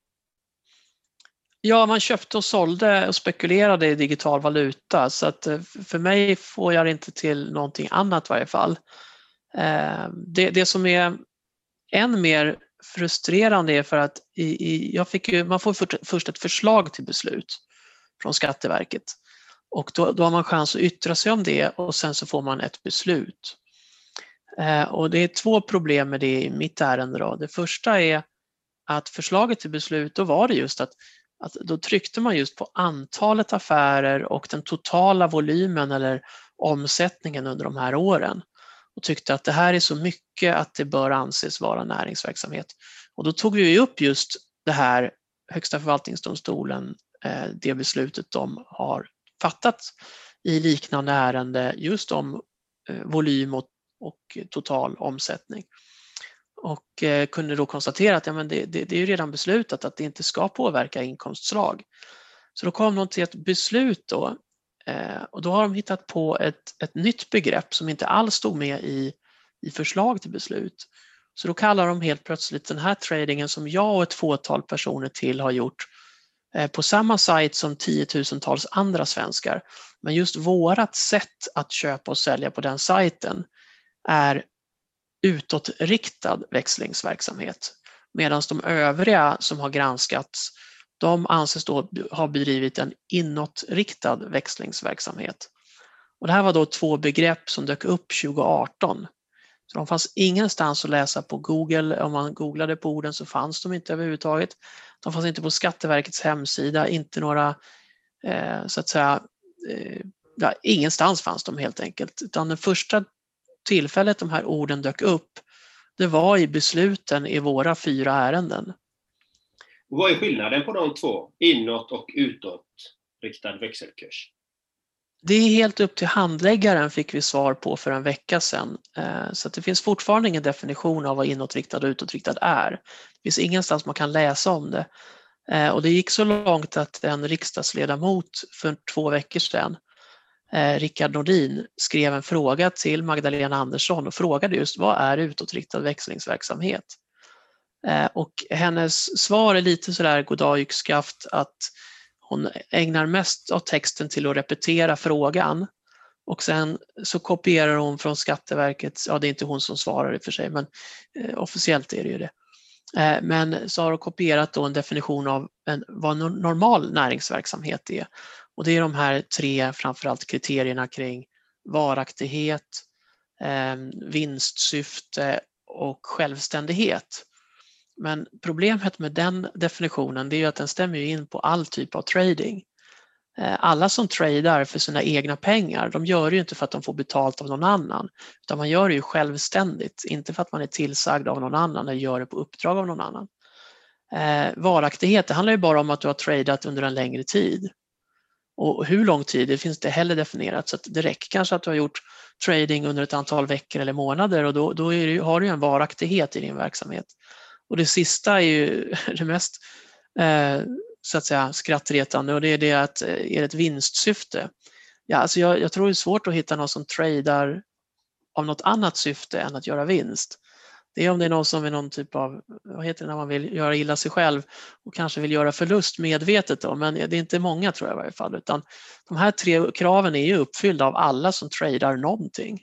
Ja, man köpte och sålde och spekulerade i digital valuta, så att för mig får jag inte till någonting annat i varje fall. Det som är än mer frustrerande är för att man får först ett förslag till beslut från Skatteverket och då har man chans att yttra sig om det och sen så får man ett beslut. Och det är 2 problem med det i mitt ärende då. Det första är att förslaget till beslut, då var det just att då tryckte man just på antalet affärer och den totala volymen eller omsättningen under de här åren och tyckte att det här är så mycket att det bör anses vara näringsverksamhet. Och då tog vi upp just det här Högsta förvaltningsdomstolen det beslutet de har fattat i liknande ärende just om volym och total omsättning. Och kunde då konstatera att det är ju redan beslutat att det inte ska påverka inkomstslag. Så då kom de till ett beslut då, och då har de hittat på ett nytt begrepp som inte alls stod med i förslag till beslut. Så då kallar de helt plötsligt den här tradingen som jag och ett fåtal personer till har gjort på samma sajt som 10 000-tals andra svenskar. Men just vårat sätt att köpa och sälja på den sajten är utåtriktad växlingsverksamhet. Medan de övriga som har granskats, de anses då ha bedrivit en inåtriktad växlingsverksamhet. Och det här var då 2 begrepp som dök upp 2018. Så de fanns ingenstans att läsa på Google. Om man googlade på orden så fanns de inte överhuvudtaget. De fanns inte på Skatteverkets hemsida, inte några, så att säga, ingenstans fanns de helt enkelt. Utan det första tillfället de här orden dök upp, det var i besluten i våra 4 ärenden. Vad är skillnaden på de 2? Inåt och utåt riktad växelkurs? Det är helt upp till handläggaren, fick vi svar på för en vecka sedan. Så att det finns fortfarande ingen definition av vad inåtriktad och utåtriktad är. Det finns ingenstans man kan läsa om det. Och det gick så långt att en riksdagsledamot för 2 veckor sedan, Rickard Nordin, skrev en fråga till Magdalena Andersson och frågade just vad är utåtriktad växlingsverksamhet? Och hennes svar är lite sådär goddag yxskaft, att hon ägnar mest av texten till att repetera frågan och sen så kopierar hon från Skatteverket, det är inte hon som svarar i och för sig, men officiellt är det ju det. Men så har hon kopierat då en definition av vad normal näringsverksamhet är. Och det är de här 3 framförallt kriterierna kring varaktighet, vinstsyfte och självständighet. Men problemet med den definitionen, det är ju att den stämmer in på all typ av trading. Alla som tradar för sina egna pengar, de gör det ju inte för att de får betalt av någon annan, utan man gör det ju självständigt, inte för att man är tillsagd av någon annan eller gör det på uppdrag av någon annan. Varaktighet, det handlar ju bara om att du har tradat under en längre tid. Och hur lång tid, det finns det heller definierat, så att det räcker kanske att du har gjort trading under ett antal veckor eller månader och då har du en varaktighet i din verksamhet. Och det sista är ju det mest så att säga skrattretande, och det är det att är ett vinstsyfte. Ja, alltså jag tror det är svårt att hitta någon som tradar av något annat syfte än att göra vinst. Det är om det är någon som är någon typ av, vad heter det när man vill göra illa sig själv och kanske vill göra förlust medvetet då, men det är inte många tror jag i varje fall, utan de här 3 kraven är ju uppfyllda av alla som tradar någonting.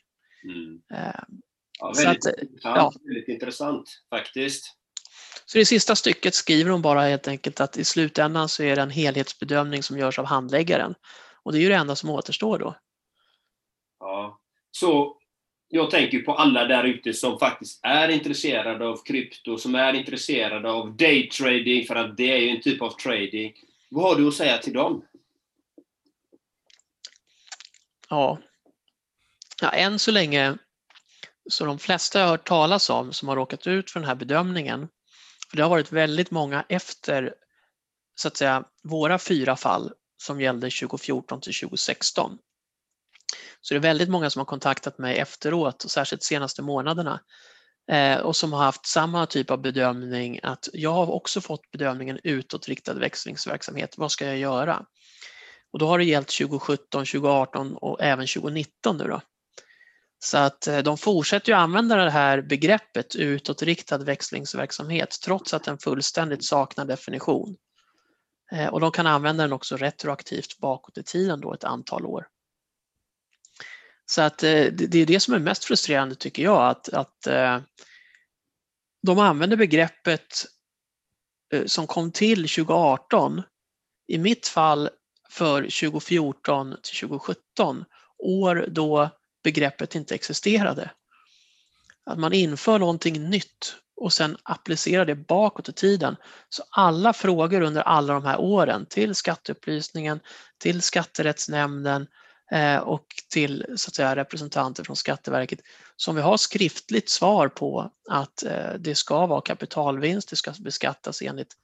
Väldigt intressant faktiskt. Så i sista stycket skriver de bara helt enkelt att i slutändan så är det en helhetsbedömning som görs av handläggaren. Och det är ju det enda som återstår då. Ja, så jag tänker på alla där ute som faktiskt är intresserade av krypto, som är intresserade av daytrading, för att det är ju en typ av trading. Vad har du att säga till dem? Ja, än så länge så de flesta jag har hört talas om som har råkat ut för den här bedömningen, för det har varit väldigt många efter så att säga våra 4 fall som gällde 2014 till 2016. Så det är väldigt många som har kontaktat mig efteråt och särskilt de senaste månaderna och som har haft samma typ av bedömning, att jag har också fått bedömningen utåtriktad växlingsverksamhet. Vad ska jag göra? Och då har det gällt 2017, 2018 och även 2019 nu då. Så att de fortsätter ju använda det här begreppet utåtriktad växlingsverksamhet trots att den fullständigt saknar definition. Och de kan använda den också retroaktivt bakåt i tiden då ett antal år. Så att det är det som är mest frustrerande tycker jag, att de använder begreppet som kom till 2018, i mitt fall för 2014 till 2017, år då begreppet inte existerade. Att man inför någonting nytt och sen applicerar det bakåt i tiden. Så alla frågor under alla de här åren till skatteupplysningen, till skatterättsnämnden och till så att säga representanter från Skatteverket som vi har skriftligt svar på att det ska vara kapitalvinst, det ska beskattas enligt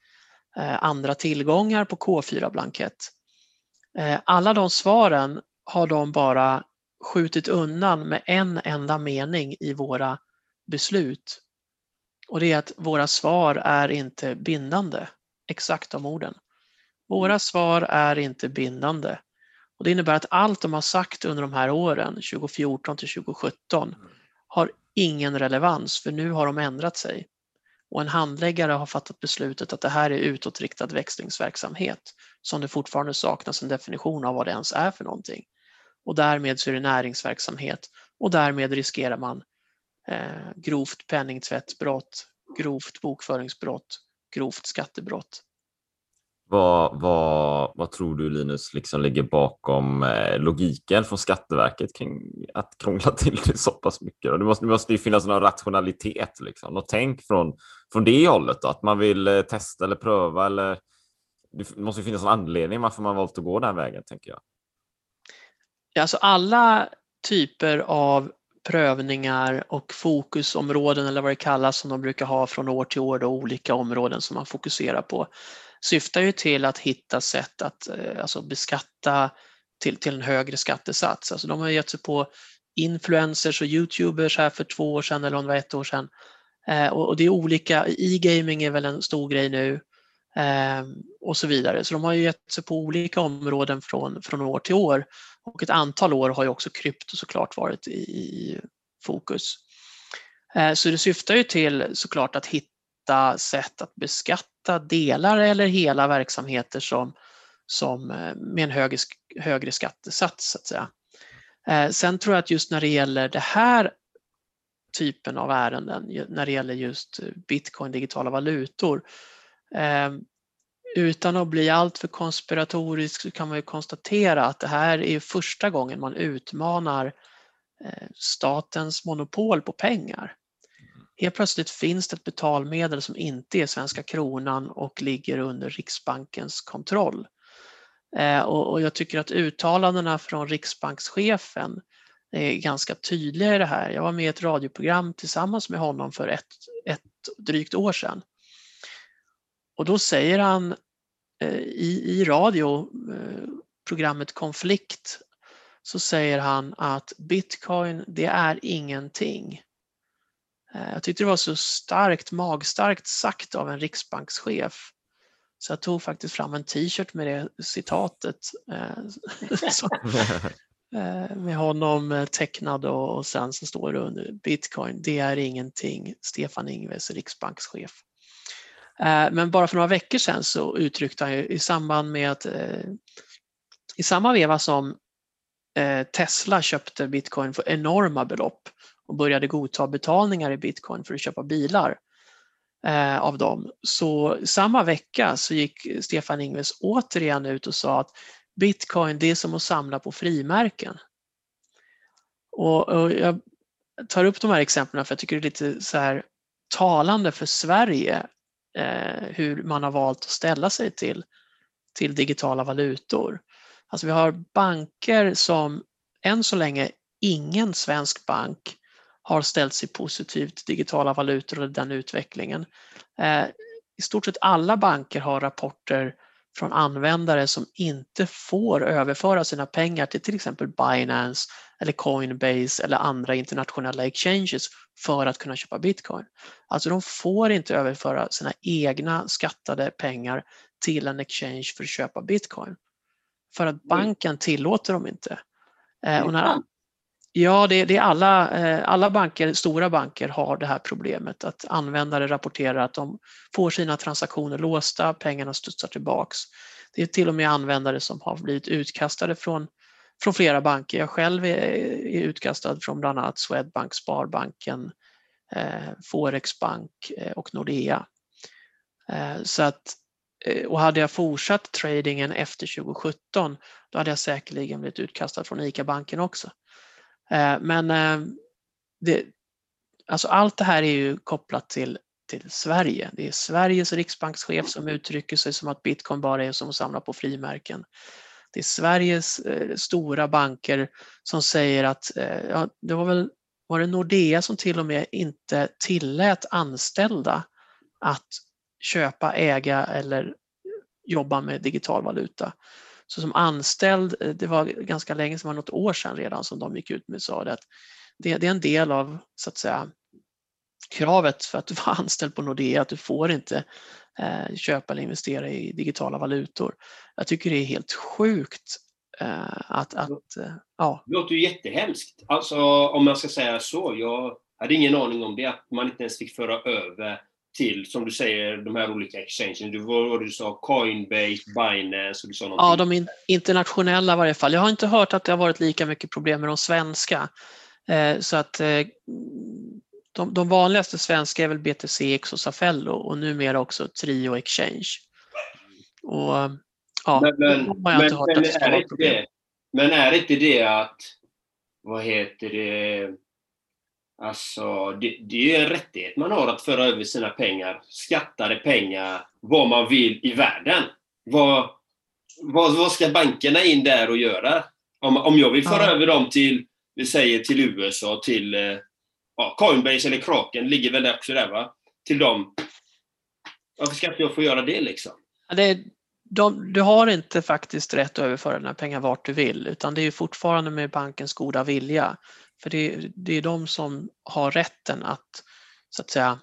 andra tillgångar på K4-blankett. Alla de svaren har de bara skjutit undan med en enda mening i våra beslut. Och det är att våra svar är inte bindande. Exakt de orden. Våra svar är inte bindande. Och det innebär att allt de har sagt under de här åren, 2014 till 2017, har ingen relevans, för nu har de ändrat sig. Och en handläggare har fattat beslutet att det här är utåtriktad växlingsverksamhet, som det fortfarande saknas en definition av vad det ens är för någonting. Och därmed så är det näringsverksamhet, och därmed riskerar man grovt penningtvättbrott, grovt bokföringsbrott, grovt skattebrott. Vad tror du, Linus, liksom ligger bakom logiken från Skatteverket kring att krångla till det så pass mycket? Det måste ju finnas någon rationalitet liksom, och tänk från det hållet då, att man vill testa eller pröva, eller det måste ju finnas en anledning varför man valt att gå den vägen, tänker jag. Ja, alltså alla typer av prövningar och fokusområden, eller vad det kallas, som de brukar ha från år till år, då, olika områden som man fokuserar på, syftar ju till att hitta sätt att alltså beskatta till en högre skattesats. Alltså de har gett sig på influencers och YouTubers här för 2 år sedan, eller om det var 1 år sedan. Och det är olika, e-gaming är väl en stor grej nu, och så vidare. Så de har ju gett sig på olika områden från år till år, och ett antal år har ju också krypto såklart varit i fokus. Så det syftar ju till såklart att hitta sätt att beskatta delar eller hela verksamheter som med en högre skattesats, så att säga. Sen tror jag att just när det gäller det här typen av ärenden, när det gäller just bitcoin, digitala valutor, utan att bli allt för konspiratorisk, så kan man ju konstatera att det här är första gången man utmanar statens monopol på pengar. Helt plötsligt finns det ett betalmedel som inte är svenska kronan och ligger under Riksbankens kontroll. Och jag tycker att uttalandena från riksbankschefen är ganska tydliga i det här. Jag var med i ett radioprogram tillsammans med honom för ett drygt år sedan. Och då säger han i radioprogrammet Konflikt, så säger han att bitcoin, det är ingenting. Jag tyckte det var så magstarkt sagt av en riksbankschef. Så jag tog faktiskt fram en t-shirt med det citatet med honom tecknad, och sen så står det under bitcoin, det är ingenting, Stefan Ingves, riksbankschef. Men bara för några veckor sedan så uttryckte han ju i samband med att i samma veva som Tesla köpte bitcoin för enorma belopp och började godta betalningar i bitcoin för att köpa bilar av dem, så samma vecka så gick Stefan Ingves återigen ut och sa att bitcoin, det är som att samla på frimärken. Och jag tar upp de här exemplen för jag tycker det är lite så här talande för Sverige, hur man har valt att ställa sig till digitala valutor. Alltså vi har banker som än så länge ingen svensk bank har ställt sig positivt till digitala valutor och den utvecklingen. I stort sett alla banker har rapporter från användare som inte får överföra sina pengar till exempel Binance eller Coinbase eller andra internationella exchanges för att kunna köpa bitcoin. Alltså de får inte överföra sina egna skattade pengar till en exchange för att köpa bitcoin. För att banken tillåter dem inte. Ja, det är alla banker, stora banker har det här problemet att användare rapporterar att de får sina transaktioner låsta, pengarna studsar tillbaks. Det är till och med användare som har blivit utkastade från flera banker. Jag själv är utkastad från bland annat Swedbank, Sparbanken, Forexbank och Nordea. Så att, och hade jag fortsatt tradingen efter 2017, då hade jag säkerligen blivit utkastad från ICA-banken också. Men alltså allt det här är ju kopplat till Sverige. Det är Sveriges riksbankschef som uttrycker sig som att bitcoin bara är som att samla på frimärken. Det är Sveriges stora banker som säger att det var det Nordea som till och med inte tillät anställda att köpa, äga eller jobba med digital valuta. Så som anställd, det var ganska länge sedan, något år sedan redan, som de gick ut med och sa att det är en del av, så att säga, kravet för att du var anställd på Nordea, att du får inte köpa eller investera i digitala valutor. Jag tycker det är helt sjukt ja. Det låter ju jättehemskt. Alltså, om man ska säga så, jag hade ingen aning om det, att man inte ens fick föra över till, som du säger, de här olika exchangen. Du sa Coinbase, Binance och du sa någonting. Ja, de internationella i varje fall. Jag har inte hört att det har varit lika mycket problem med de svenska. Så att de vanligaste svenska är väl BTC, och Safello och numera också Trio Exchange. Och ja, men är inte det att, vad heter det, alltså det är en rättighet man har att föra över sina pengar, skattade pengar, vad man vill i världen. Vad ska bankerna in där och göra? Om jag vill föra över dem till, vi säger till USA, till Coinbase eller Kraken, ligger väl också där, va? Till dem. Varför ska inte jag få göra det liksom? Du har inte faktiskt rätt att överföra dina pengar vart du vill, utan det är ju fortfarande med bankens goda vilja. För det är de som har rätten att, så att säga,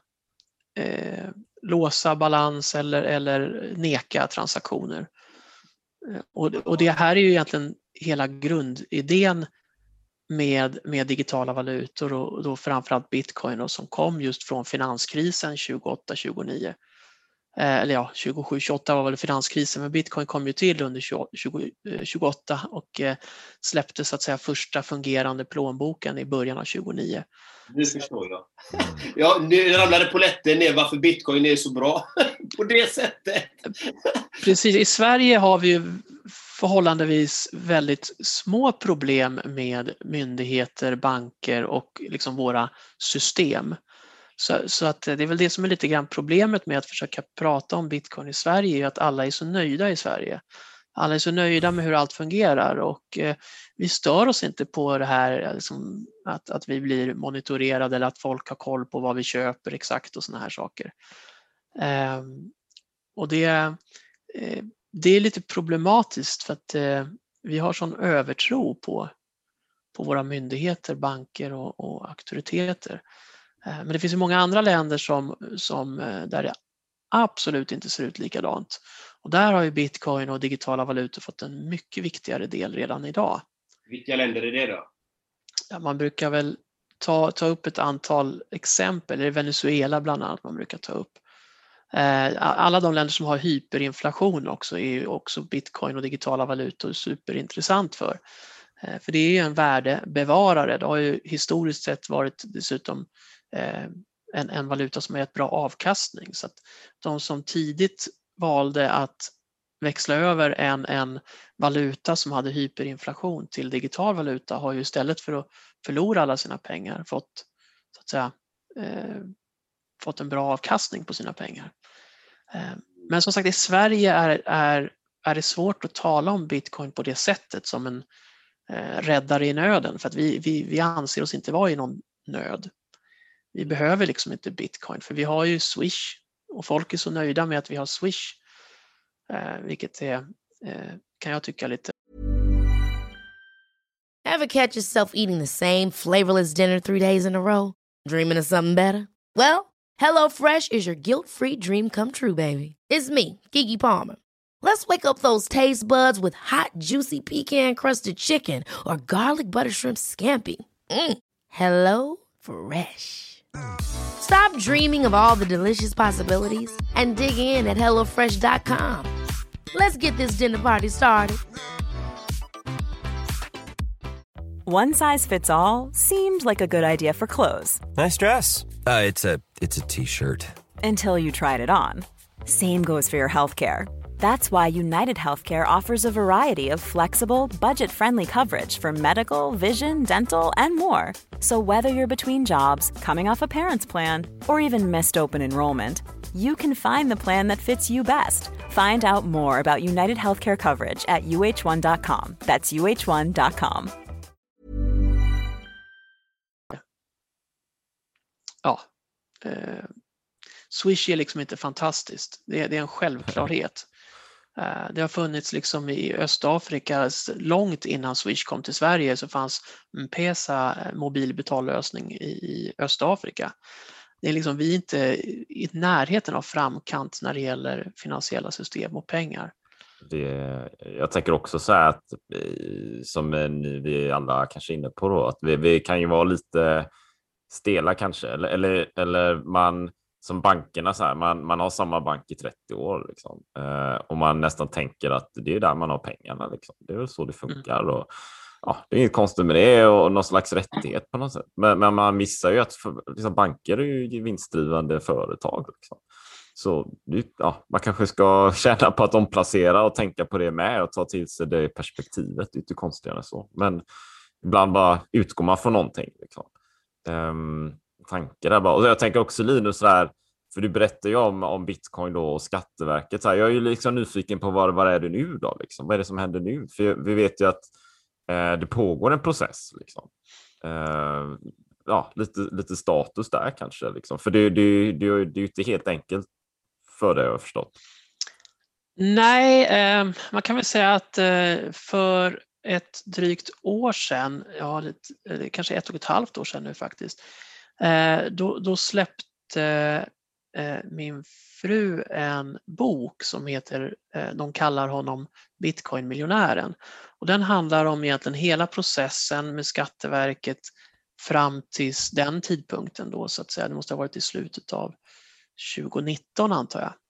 låsa balans eller neka transaktioner. Och det här är ju egentligen hela grundidén med digitala valutor, och då framförallt bitcoin, och som kom just från finanskrisen 28-29. Eller ja, 27-28 var väl finanskrisen, men bitcoin kom ju till under 28 och släppte, så att säga, första fungerande plånboken i början av 29. Nu förstår jag. Ja, nu ramlade polletten ner varför bitcoin är så bra på det sättet. Precis, i Sverige har vi ju förhållandevis väldigt små problem med myndigheter, banker och liksom våra system. Så att det är väl det som är lite grann problemet med att försöka prata om bitcoin i Sverige, är att alla är så nöjda i Sverige. Alla är så nöjda med hur allt fungerar, och vi stör oss inte på det här, liksom, att vi blir monitorerade eller att folk har koll på vad vi köper exakt och såna här saker. Och det är lite problematiskt, för att vi har sån övertro på våra myndigheter, banker och auktoriteter. Men det finns ju många andra länder som där det absolut inte ser ut likadant. Och där har ju bitcoin och digitala valutor fått en mycket viktigare del redan idag. Vilka länder är det då? Ja, man brukar väl ta upp ett antal exempel. Det är Venezuela bland annat man brukar ta upp. Alla de länder som har hyperinflation också är ju också bitcoin och digitala valutor superintressant för. För det är ju en värdebevarare. Det har ju historiskt sett varit dessutom en valuta som har gett bra avkastning. Så att de som tidigt valde att växla över en valuta som hade hyperinflation till digital valuta har ju istället för att förlora alla sina pengar fått, så att säga, fått en bra avkastning på sina pengar. Men som sagt, i Sverige är det svårt att tala om bitcoin på det sättet som en räddare i nöden, för att vi anser oss inte vara i någon nöd. Vi behöver liksom inte bitcoin, för vi har ju Swish, och folk är så nöjda med att vi har Swish, vilket är, kan jag tycka, lite. Ever catch yourself eating the same flavorless dinner 3 days in a row? Dreaming of something better? Well, HelloFresh is your guilt-free dream come true, baby. It's me, Keke Palmer. Let's wake up those taste buds with hot, juicy pecan-crusted chicken or garlic butter shrimp scampi. Hello Fresh. Stop dreaming of all the delicious possibilities and dig in at HelloFresh.com. Let's get this dinner party started. One size fits all seemed like a good idea for clothes. Nice dress. It's a t-shirt. Until you tried it on. Same goes for your healthcare. That's why United Healthcare offers a variety of flexible, budget-friendly coverage for medical, vision, dental, and more. So whether you're between jobs, coming off a parent's plan, or even missed open enrollment, you can find the plan that fits you best. Find out more about United Healthcare coverage at uh1.com. That's uh1.com. Ja, Swish är liksom inte fantastiskt. Det är en självklarhet. Det har funnits liksom i Östafrika långt innan Swish kom till Sverige, så fanns M-Pesa mobilbetallösning i Östafrika. Det är liksom, vi är inte i närheten av framkant när det gäller finansiella system och pengar. Jag tänker också så här att som vi alla kanske är inne på då, att vi kan ju vara lite stela kanske, eller man som bankerna så här, man har samma bank i 30 år liksom. Och man nästan tänker att det är där man har pengarna liksom. Det är väl så det funkar. Och ja, det är inget konstigt med det och någon slags rättighet på något sätt. Men man missar ju att liksom, banker är ju vinstdrivande företag liksom. Så ja, man kanske ska känna på att omplacera och tänka på det med och ta till sig det perspektivet. Det är inte konstigare så. Men ibland bara utgår man från någonting liksom. Tankar där bara. Och jag tänker också Linus där, för du berättar ju om Bitcoin då och Skatteverket. Så här, jag är ju liksom nyfiken på vad är det nu då? Liksom? Vad är det som händer nu? För vi vet ju att det pågår en process. Liksom. Ja, lite status där kanske. Liksom. För det är ju inte helt enkelt för det, jag har förstått. Nej, man kan väl säga att för ett drygt år sedan, kanske 1,5 år sedan nu faktiskt, då släppte min fru en bok som heter, de kallar honom Bitcoin-miljonären. Och den handlar om egentligen hela processen med Skatteverket fram tills den tidpunkten då, så att säga. Det måste ha varit i slutet av 2019 antar jag.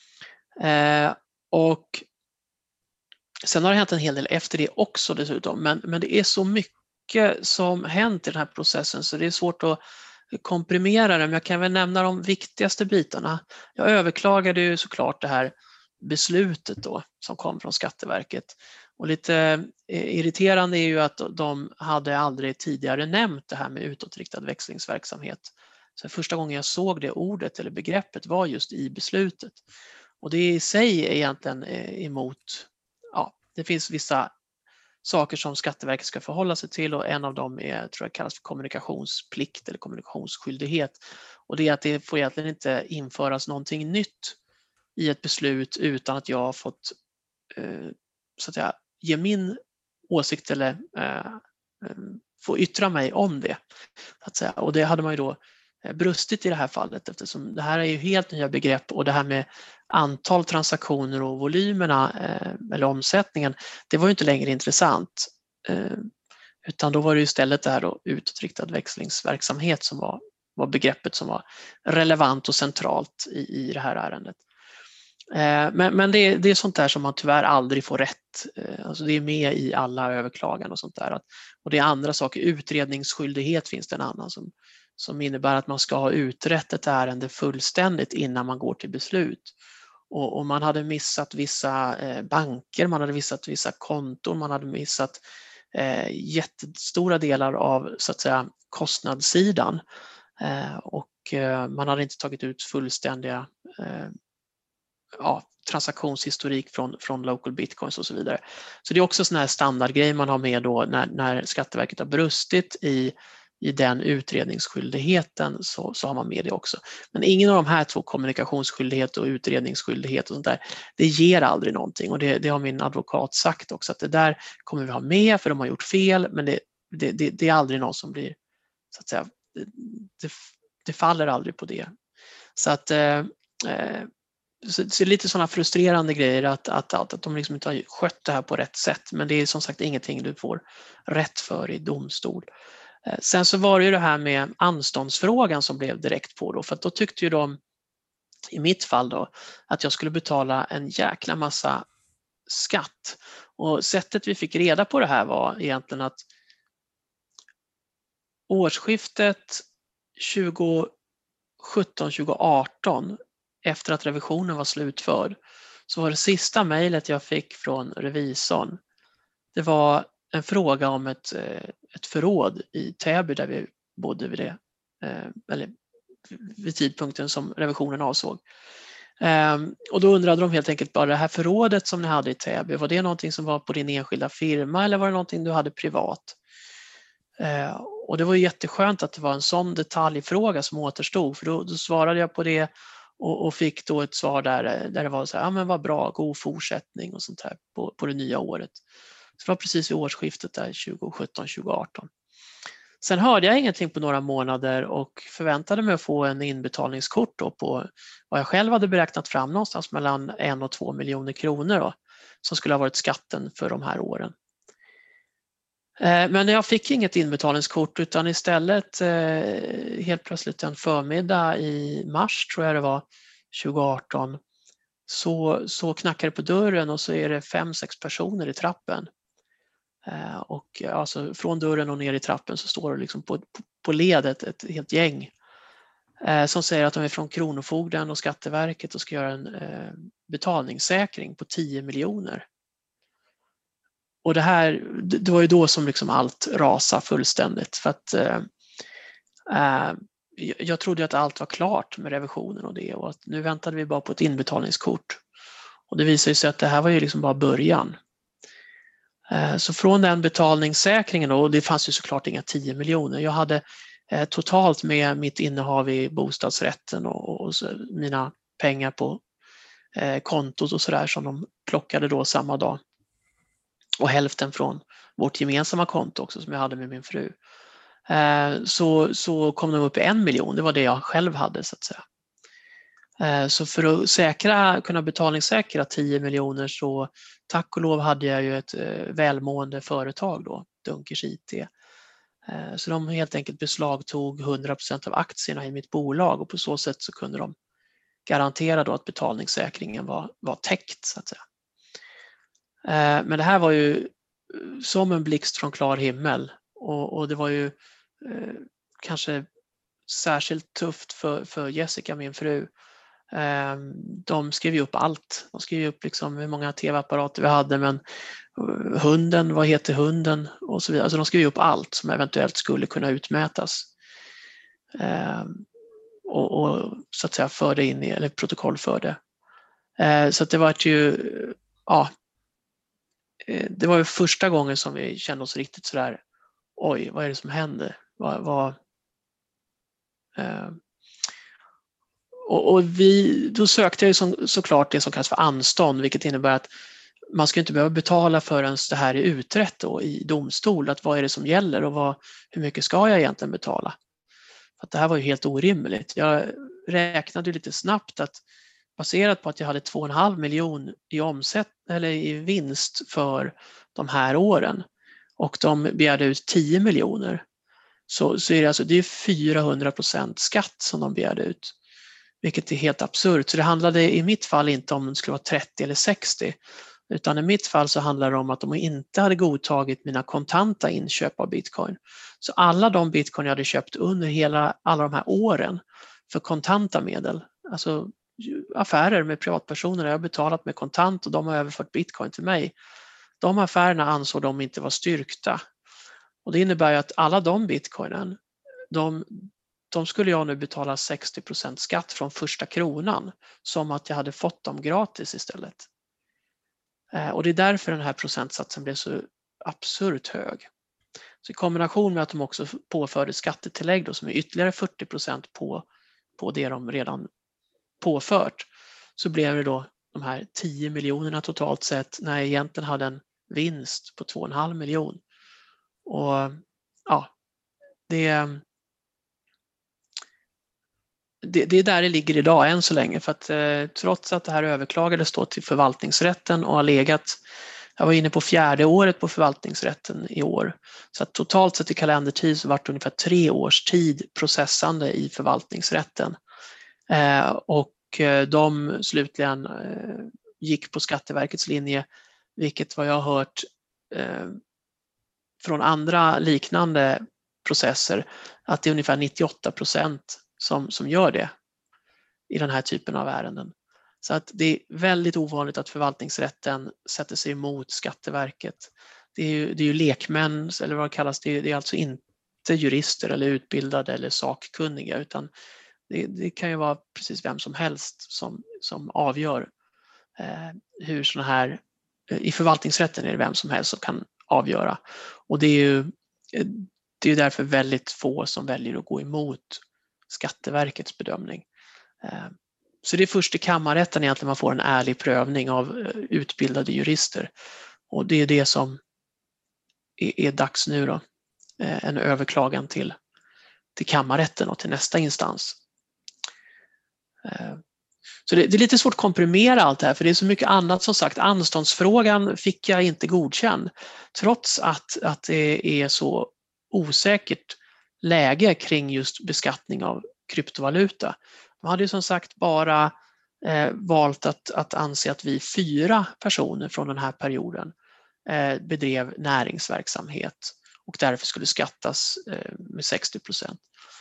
Och sen har det hänt en hel del efter det också dessutom, men det är så mycket som hänt i den här processen så det är svårt att komprimera det, men jag kan väl nämna de viktigaste bitarna. Jag överklagade ju såklart det här beslutet då som kom från Skatteverket. Och lite irriterande är ju att de hade aldrig tidigare nämnt det här med utåtriktad växlingsverksamhet. Så första gången jag såg det ordet eller begreppet var just i beslutet. Och det i sig är egentligen emot, ja, det finns vissa saker som Skatteverket ska förhålla sig till och en av dem är, tror jag kallas för kommunikationsplikt eller kommunikationsskyldighet. Och det är att det får egentligen inte införas någonting nytt i ett beslut utan att jag har fått så att säga, ge min åsikt eller få yttra mig om det. Så att säga. Och det hade man ju då brustit i det här fallet eftersom det här är ju helt nya begrepp och det här med antal transaktioner och volymerna eller omsättningen, det var ju inte längre intressant utan då var det istället det här då utåtriktad växlingsverksamhet som var begreppet som var relevant och centralt i det här ärendet. Men det är sånt där som man tyvärr aldrig får rätt. Alltså det är med i alla överklaganden och sånt där. Och det är andra saker, utredningsskyldighet finns det en annan som innebär att man ska ha utrett ett ärende fullständigt innan man går till beslut. Och man hade missat vissa banker, man hade missat vissa konton, man hade missat jättestora delar av så att säga kostnadssidan. Och man hade inte tagit ut fullständiga transaktionshistorik från local bitcoins och så vidare. Så det är också sån här standardgrej man har med då när Skatteverket har brustit i den utredningsskyldigheten så har man med det också. Men ingen av de här två, kommunikationsskyldighet och utredningsskyldighet och sånt där, det ger aldrig någonting och det har min advokat sagt också att det där kommer vi ha med för de har gjort fel men det är aldrig någon som blir så att säga, det faller aldrig på det. Så att så det är lite sådana frustrerande grejer att de liksom inte har skött det här på rätt sätt men det är som sagt ingenting du får rätt för i domstol. Sen så var det ju det här med anståndsfrågan som blev direkt på då, för att då tyckte ju de i mitt fall då att jag skulle betala en jäkla massa skatt och sättet vi fick reda på det här var egentligen att årsskiftet 2017-2018 efter att revisionen var slutförd så var det sista mejlet jag fick från revisorn. Det var en fråga om ett förråd i Täby där vi bodde vid tidpunkten som revisionen avsåg. Och då undrade de helt enkelt bara det här förrådet som ni hade i Täby, var det någonting som var på din enskilda firma eller var det någonting du hade privat? Och det var jätteskönt att det var en sån detaljfråga som återstod för då svarade jag på det och fick då ett svar där det var så här, ja men vad bra, god fortsättning och sånt här på det nya året. Så det var precis vid årsskiftet där 2017-2018. Sen hörde jag ingenting på några månader och förväntade mig att få en inbetalningskort då på vad jag själv hade beräknat fram någonstans mellan 1 och 2 miljoner kronor då, som skulle ha varit skatten för de här åren. Men jag fick inget inbetalningskort utan istället helt plötsligt en förmiddag i mars tror jag det var 2018 så knackar det på dörren och så är det 5-6 personer i trappen. Och alltså från dörren och ner i trappen så står det liksom på ledet ett helt gäng som säger att de är från Kronofogden och Skatteverket och ska göra en betalningssäkring på 10 miljoner. Och det var ju då som liksom allt rasade fullständigt för att jag trodde att allt var klart med revisionen och det och att nu väntade vi bara på ett inbetalningskort. Och det visade sig att det här var ju liksom bara början. Så från den betalningssäkringen, och det fanns ju såklart inga 10 miljoner, jag hade totalt med mitt innehav i bostadsrätten och mina pengar på kontot och sådär som de plockade då samma dag. Och hälften från vårt gemensamma konto också som jag hade med min fru. Så kom de upp i 1 miljon, det var det jag själv hade så att säga. Så för att kunna betalningssäkra 10 miljoner så tack och lov hade jag ju ett välmående företag då, Dunkers IT. Så de helt enkelt beslagtog 100% av aktierna i mitt bolag och på så sätt så kunde de garantera då att betalningssäkringen var täckt så att säga. Men det här var ju som en blixt från klar himmel och det var ju kanske särskilt tufft för Jessica, min fru. De skrev ju upp allt. De skrev ju upp liksom hur många tv-apparater vi hade, men hunden, vad heter hunden och så vidare. Alltså de skrev ju upp allt som eventuellt skulle kunna utmätas. Och så att säga förde in i, eller protokollförde. Så att det var ju, ja, det var ju första gången som vi kände oss riktigt sådär, oj, vad är det som händer? Då sökte jag ju såklart det som kallas för anstånd, vilket innebär att man ska inte behöva betala förrän det här är utrett då i domstol, att vad är det som gäller och hur mycket ska jag egentligen betala? För att det här var ju helt orimligt. Jag räknade lite snabbt att baserat på att jag hade 2,5 miljon i vinst för de här åren och de begärde ut 10 miljoner så är det alltså det är 400% skatt som de begärde ut. Vilket är helt absurt. Så det handlade i mitt fall inte om det skulle vara 30 eller 60. Utan i mitt fall så handlar det om att de inte hade godtagit mina kontanta inköp av bitcoin. Så alla de bitcoin jag hade köpt under alla de här åren för kontanta medel, alltså affärer med privatpersoner jag har betalat med kontant och de har överfört bitcoin till mig. De affärerna ansåg de inte vara styrkta. Och det innebär ju att alla de bitcoinen, de skulle jag nu betala 60% skatt från första kronan som att jag hade fått dem gratis istället. Och det är därför den här procentsatsen blev så absurt hög. Så i kombination med att de också påförde skattetillägg då, som är ytterligare 40% på det de redan påfört, så blev det då de här 10 miljonerna totalt sett när jag egentligen hade en vinst på 2,5 miljon. Och ja, det är där det ligger idag än så länge, för att trots att det här överklagades då till förvaltningsrätten och har legat, jag var inne på 4:e året på förvaltningsrätten i år, så att totalt sett i kalendertid så var det ungefär 3 års tid processande i förvaltningsrätten och de slutligen gick på Skatteverkets linje, vilket vad jag har hört från andra liknande processer att det är ungefär 98% som gör det i den här typen av ärenden. Så att det är väldigt ovanligt att förvaltningsrätten sätter sig emot Skatteverket. Det är ju lekmän, eller vad det kallas, det är alltså inte jurister eller utbildade eller sakkunniga, utan det kan ju vara precis vem som helst som avgör hur sådana här, i förvaltningsrätten är det vem som helst som kan avgöra. Och det är ju därför väldigt få som väljer att gå emot Skatteverkets bedömning. Så det är först i kammarrätten egentligen man får en ärlig prövning av utbildade jurister. Och det är det som är dags nu då. En överklagan till kammarrätten och till nästa instans. Så det är lite svårt att komprimera allt det här, för det är så mycket annat. Som sagt, anståndsfrågan fick jag inte godkänd trots att det är så osäkert läge kring just beskattning av kryptovaluta. De hade ju som sagt bara valt att anse att vi 4 personer från den här perioden bedrev näringsverksamhet och därför skulle skattas med 60%.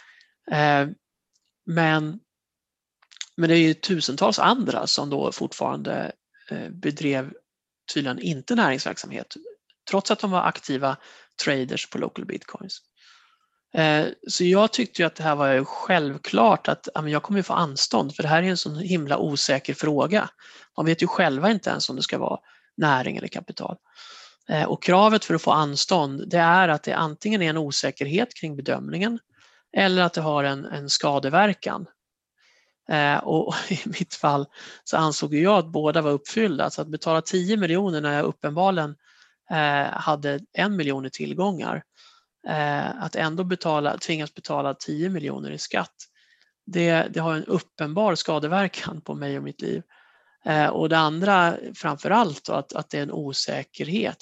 Men det är ju tusentals andra som då fortfarande bedrev tydligen inte näringsverksamhet trots att de var aktiva traders på local bitcoins. Så jag tyckte ju att det här var ju självklart att jag kommer få anstånd, för det här är en sån himla osäker fråga. Man vet ju själva inte ens om det ska vara näring eller kapital. Och kravet för att få anstånd, det är att det antingen är en osäkerhet kring bedömningen eller att det har en skadeverkan. Och i mitt fall så ansåg jag att båda var uppfyllda. Alltså att betala 10 miljoner när jag uppenbarligen hade 1 miljon i tillgångar. Att ändå tvingas betala 10 miljoner i skatt, det har en uppenbar skadeverkan på mig och mitt liv. Och det andra framförallt då, att det är en osäkerhet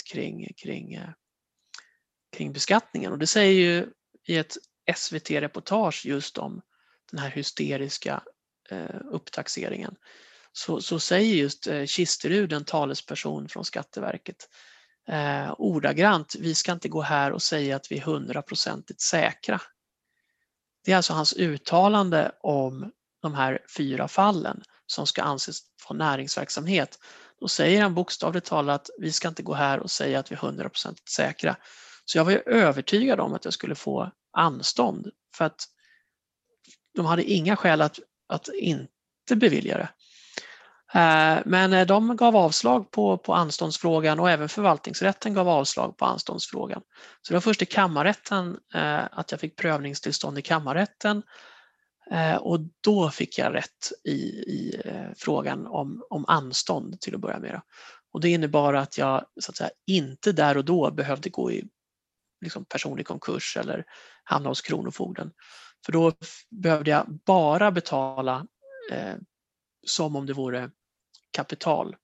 kring beskattningen. Och det säger ju i ett SVT-reportage just om den här hysteriska upptaxeringen. Så säger just Kisterud, en talesperson från Skatteverket, ordagrant: vi ska inte gå här och säga att vi är 100% säkra. Det är alltså hans uttalande om de här 4 fallen som ska anses vara näringsverksamhet. Då säger han bokstavligt talat att vi ska inte gå här och säga att vi är 100% säkra. Så jag var ju övertygad om att jag skulle få anstånd, för att de hade inga skäl att inte bevilja det. Men de gav avslag på anståndsfrågan, och även förvaltningsrätten gav avslag på anståndsfrågan. Så det var först i kammarrätten att jag fick prövningstillstånd i kammarrätten, och då fick jag rätt i frågan om anstånd till att börja med. Och det innebar att jag så att säga inte där och då behövde gå i personlig konkurs eller hamna hos kronofogden. För då behövde jag bara betala som om det vore kapital.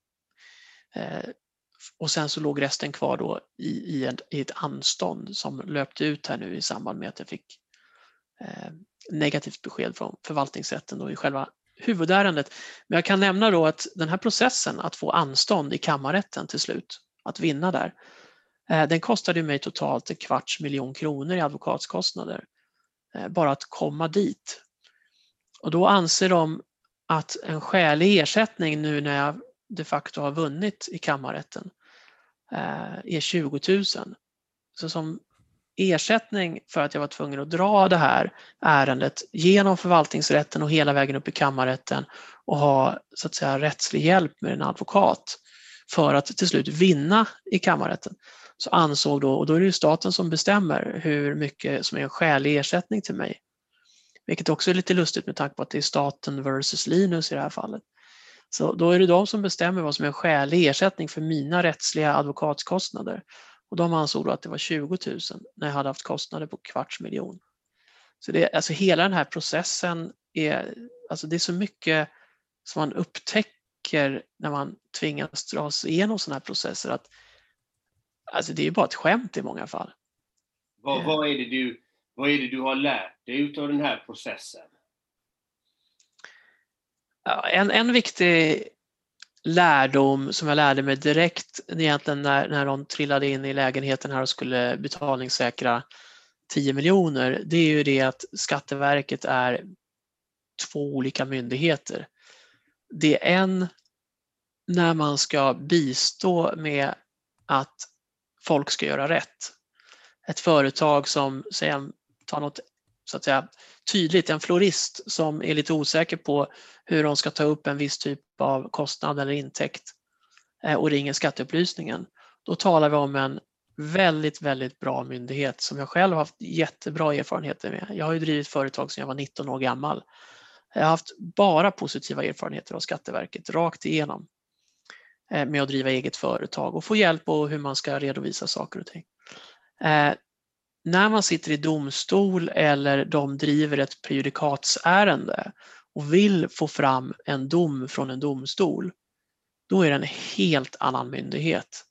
Och sen så låg resten kvar då i ett anstånd som löpte ut här nu i samband med att jag fick negativt besked från förvaltningsrätten då i själva huvudärendet. Men jag kan nämna då att den här processen att få anstånd i kammarrätten till slut, att vinna där, den kostade mig totalt 250 000 kronor i advokatskostnader. Bara att komma dit. Och då anser de att en skälig ersättning nu när jag de facto har vunnit i kammarrätten är 20 000. Så som ersättning för att jag var tvungen att dra det här ärendet genom förvaltningsrätten och hela vägen upp i kammarrätten och ha så att säga rättslig hjälp med en advokat för att till slut vinna i kammarrätten, så ansåg då, och då är det ju staten som bestämmer hur mycket som är en skälig ersättning till mig. Vilket också är lite lustigt med tanke på att det är staten versus Linus i det här fallet. Så då är det de som bestämmer vad som är en skälig ersättning för mina rättsliga advokatskostnader. Och de ansåg då att det var 20 000 när jag hade haft kostnader på 250 000. Så det, alltså hela den här processen är, alltså det är så mycket som man upptäcker när man tvingas dra sig igenom sådana här processer, att alltså det är bara ett skämt i många fall. Vad är det du har lärt dig utav den här processen? Ja, en viktig lärdom som jag lärde mig direkt egentligen när de trillade in i lägenheten här och skulle betalningssäkra 10 miljoner, det är ju det att Skatteverket är 2 olika myndigheter. Det är en när man ska bistå med att folk ska göra rätt. Ett företag som tar något så att säga tydligt, en florist som är lite osäker på hur de ska ta upp en viss typ av kostnad eller intäkt och ringer skatteupplysningen. Då talar vi om en väldigt, väldigt bra myndighet som jag själv har haft jättebra erfarenheter med. Jag har ju drivit företag sedan jag var 19 år gammal Jag har haft bara positiva erfarenheter av Skatteverket rakt igenom med att driva eget företag och få hjälp på hur man ska redovisa saker och ting. När man sitter i domstol eller de driver ett prejudikatsärende och vill få fram en dom från en domstol, då är det en helt annan myndighet.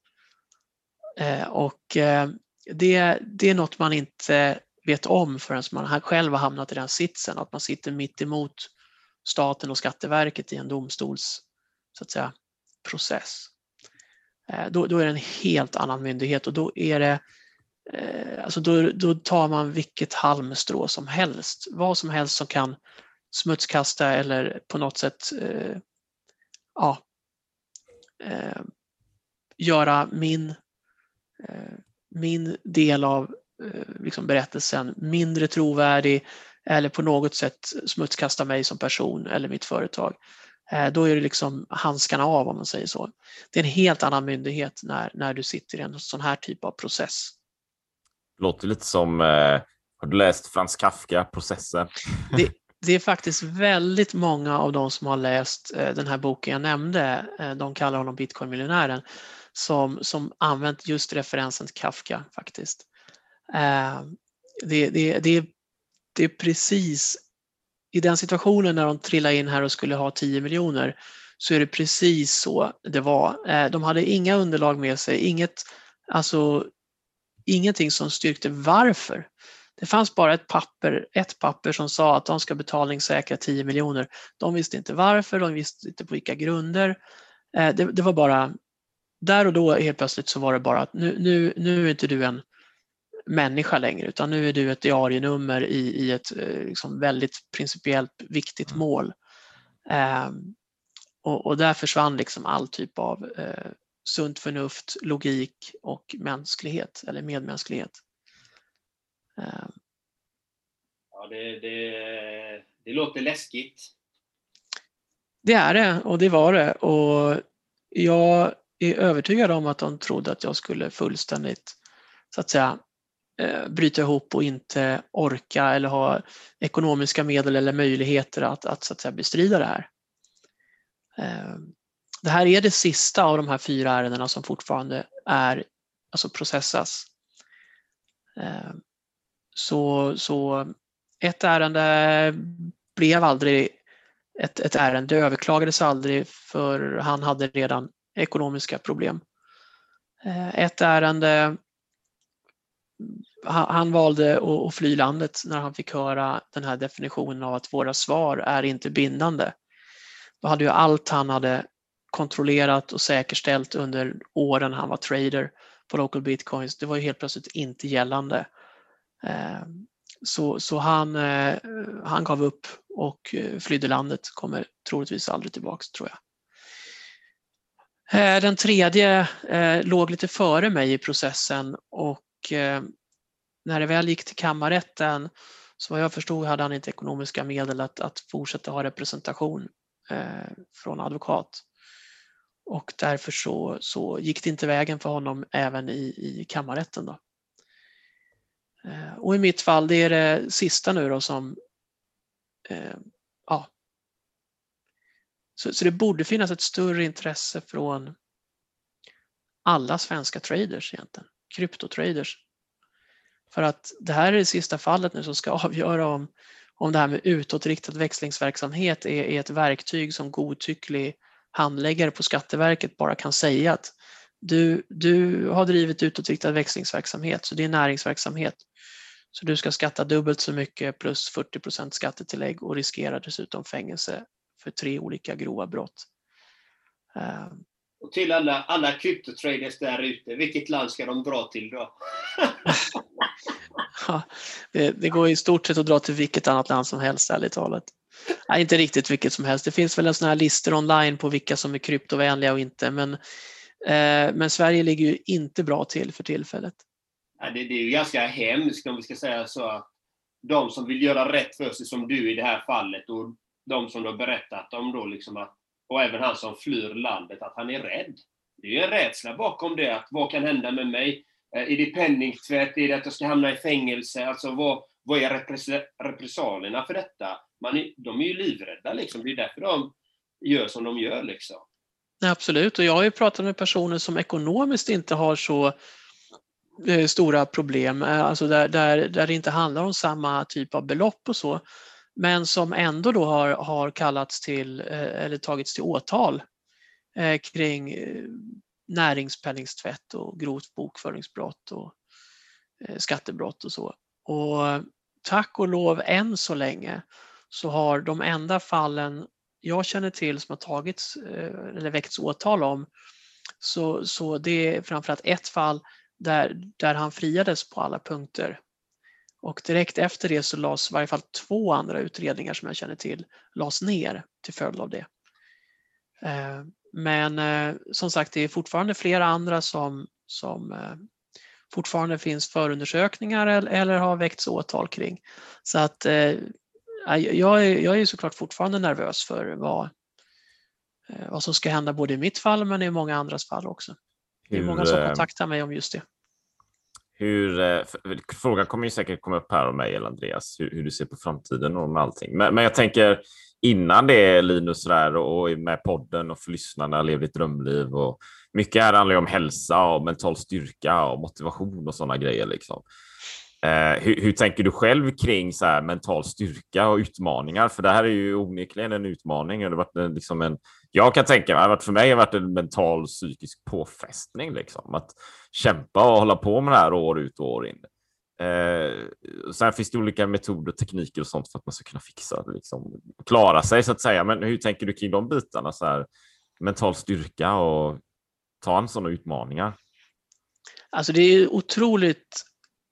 Det är något man inte vet om förrän man själv har hamnat i den sitsen, att man sitter mitt emot staten och Skatteverket i en domstols, så att säga, process. Då är det en helt annan myndighet och då är det då tar man vilket halmstrå som helst, vad som helst som kan smutskasta eller på något sätt göra min del av liksom berättelsen mindre trovärdig eller på något sätt smutskasta mig som person eller mitt företag. Då är det liksom handskarna av, om man säger så. Det är en helt annan myndighet när du sitter i en sån här typ av process. Låter lite som, har du läst Franz Kafka, Processen? Det är faktiskt väldigt många av de som har läst den här boken jag nämnde, de kallar honom Bitcoin-miljonären, som använt just referensen till Kafka faktiskt. Det är precis i den situationen när de trillade in här och skulle ha 10 miljoner, så är det precis så det var. De hade inga underlag med sig, ingenting som styrkte varför. Det fanns bara ett papper som sa att de ska betalningssäkra 10 miljoner. De visste inte varför, de visste inte på vilka grunder. Det var bara, där och då helt plötsligt så var det bara att nu är inte du en människa längre, utan nu är du ett diarienummer i ett liksom väldigt principiellt viktigt mål. Och där försvann liksom all typ av sunt förnuft, logik och mänsklighet eller medmänsklighet. Ja, det låter läskigt. Det är det, och det var det. Och jag är övertygad om att de trodde att jag skulle fullständigt, så att säga, bryta ihop och inte orka eller ha ekonomiska medel eller möjligheter att så att säga bestrida det här. Det här är det sista av de här 4 ärendena som fortfarande processas. Så ett ärende blev aldrig ett ärende, det överklagades aldrig för han hade redan ekonomiska problem. Ett ärende, han valde att fly landet när han fick höra den här definitionen av att våra svar är inte bindande. Då hade ju allt han hade kontrollerat och säkerställt under åren han var trader på Local Bitcoins, det var ju helt plötsligt inte gällande. Så han gav upp och flydde landet, kommer troligtvis aldrig tillbaka, tror jag. Den tredje låg lite före mig i processen och när det väl gick till kammarrätten, så vad jag förstod hade han inte ekonomiska medel att fortsätta ha representation från advokat. Och därför så gick det inte vägen för honom även i kammarrätten då. Och i mitt fall, det är det sista nu då som Så det borde finnas ett större intresse från alla svenska traders egentligen, kryptotraders. För att det här är det sista fallet nu som ska avgöra om det här med utåtriktad växlingsverksamhet är ett verktyg som godtycklig handläggare på Skatteverket bara kan säga att du har drivit utåtriktad växlingsverksamhet, så det är näringsverksamhet. Så du ska skatta dubbelt så mycket plus 40% skattetillägg och riskerar dessutom fängelse för 3 olika grova brott. Och till alla kryptotraders där ute, vilket land ska de dra till då? Ja, det går i stort sett att dra till vilket annat land som helst, ärligt talat. Nej, inte riktigt vilket som helst. Det finns väl en sån här listor online på vilka som är kryptovänliga och inte, men Sverige ligger ju inte bra till för tillfället. Ja, det är ju ganska hemskt om vi ska säga så. De som vill göra rätt för sig som du i det här fallet och de som har berättat om då liksom att, och även han som flyr landet, att han är rädd. Det är ju en rädsla bakom det, att vad kan hända med mig? Är det penningtvätt? Är det att jag ska hamna i fängelse? Alltså vad är repressalierna för detta? de är ju livrädda liksom. Det är därför de gör som de gör liksom. Absolut, och jag har ju pratat med personer som ekonomiskt inte har så stora problem, alltså där det inte handlar om samma typ av belopp och så, men som ändå då har kallats till eller tagits till åtal kring näringspenningstvätt och grovt bokföringsbrott och skattebrott och så. Och tack och lov än så länge så har de enda fallen jag känner till som har tagits eller väckts åtal om, så det är framförallt ett fall där han friades på alla punkter. Och direkt efter det så lades i varje fall 2 andra utredningar som jag känner till lades ner till följd av det. Men som sagt, det är fortfarande flera andra som fortfarande finns förundersökningar eller har väckts åtal kring. Så att jag är såklart fortfarande nervös för vad som ska hända både i mitt fall men i många andras fall också. Det är många som kontaktar mig om just det. Frågan kommer ju säkert komma upp här om mig eller Andreas, hur du ser på framtiden och med allting. Men jag tänker innan det, Linus, där, och med podden och för lyssnarna, lever ditt drömliv. Och mycket här handlar ju om hälsa och mental styrka och motivation och sådana grejer. Liksom. Hur tänker du själv kring så här mental styrka och utmaningar? För det här är ju onekligen en utmaning. Det har varit liksom jag kan tänka mig, för mig har det varit en mental psykisk påfrestning. Liksom. Att kämpa och hålla på med det här år ut och år in. Sen finns det olika metoder, tekniker och sånt för att man ska kunna fixa liksom, klara sig så att säga. Men hur tänker du kring de bitarna? Så här, mental styrka och ta en sådana utmaningar. Alltså det är otroligt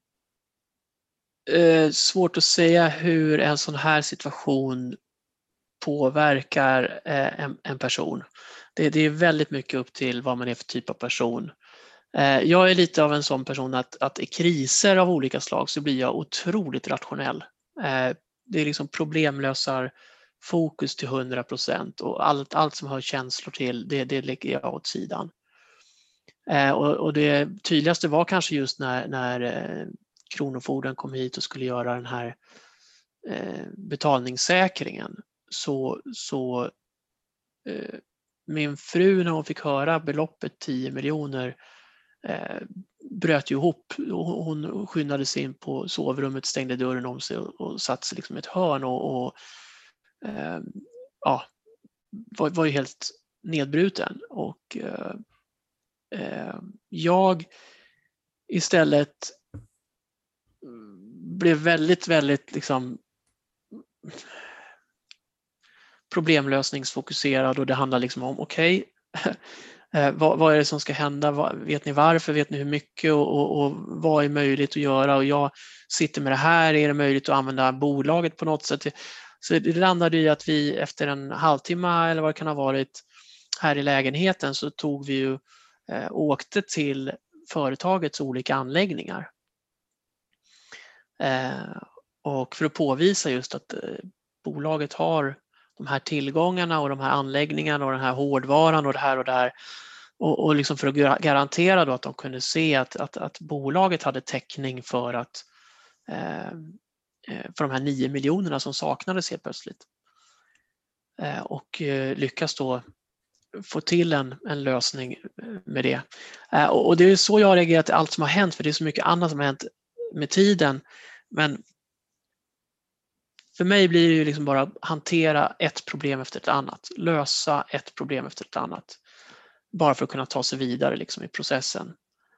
svårt att säga hur en sån här situation påverkar en person. Det är väldigt mycket upp till vad man är för typ av person. Jag är lite av en sån person att i kriser av olika slag så blir jag otroligt rationell. Det är liksom problemlösar fokus till 100% och allt som har känslor till det lägger jag åt sidan. Och det tydligaste var kanske just när Kronofogden kom hit och skulle göra den här betalningssäkringen. Så min fru, när hon fick höra beloppet 10 miljoner, bröt ju ihop. Hon skyndade sig in på sovrummet, stängde dörren om sig och satte sig liksom i ett hörn och var ju helt nedbruten. Och jag istället blev väldigt, väldigt liksom problemlösningsfokuserad, och det handlar liksom om okej, vad är det som ska hända? Vet ni varför? Vet ni hur mycket? Och vad är möjligt att göra? Och jag sitter med det här. Är det möjligt att använda bolaget på något sätt? Så det landade i att vi efter en halvtimme eller vad det kan ha varit här i lägenheten så tog vi ju åkte till företagets olika anläggningar. Och för att påvisa just att bolaget har de här tillgångarna och de här anläggningarna och den här hårdvaran och det här och det här. Och liksom för att garantera då att de kunde se att bolaget hade täckning för de här 9 miljonerna som saknades helt plötsligt. Och lyckas då få till en lösning med det. Och det är så jag har reagerat till allt som har hänt, för det är så mycket annat som har hänt med tiden. Men för mig blir det ju liksom bara hantera ett problem efter ett annat. Lösa ett problem efter ett annat. Bara för att kunna ta sig vidare liksom i processen.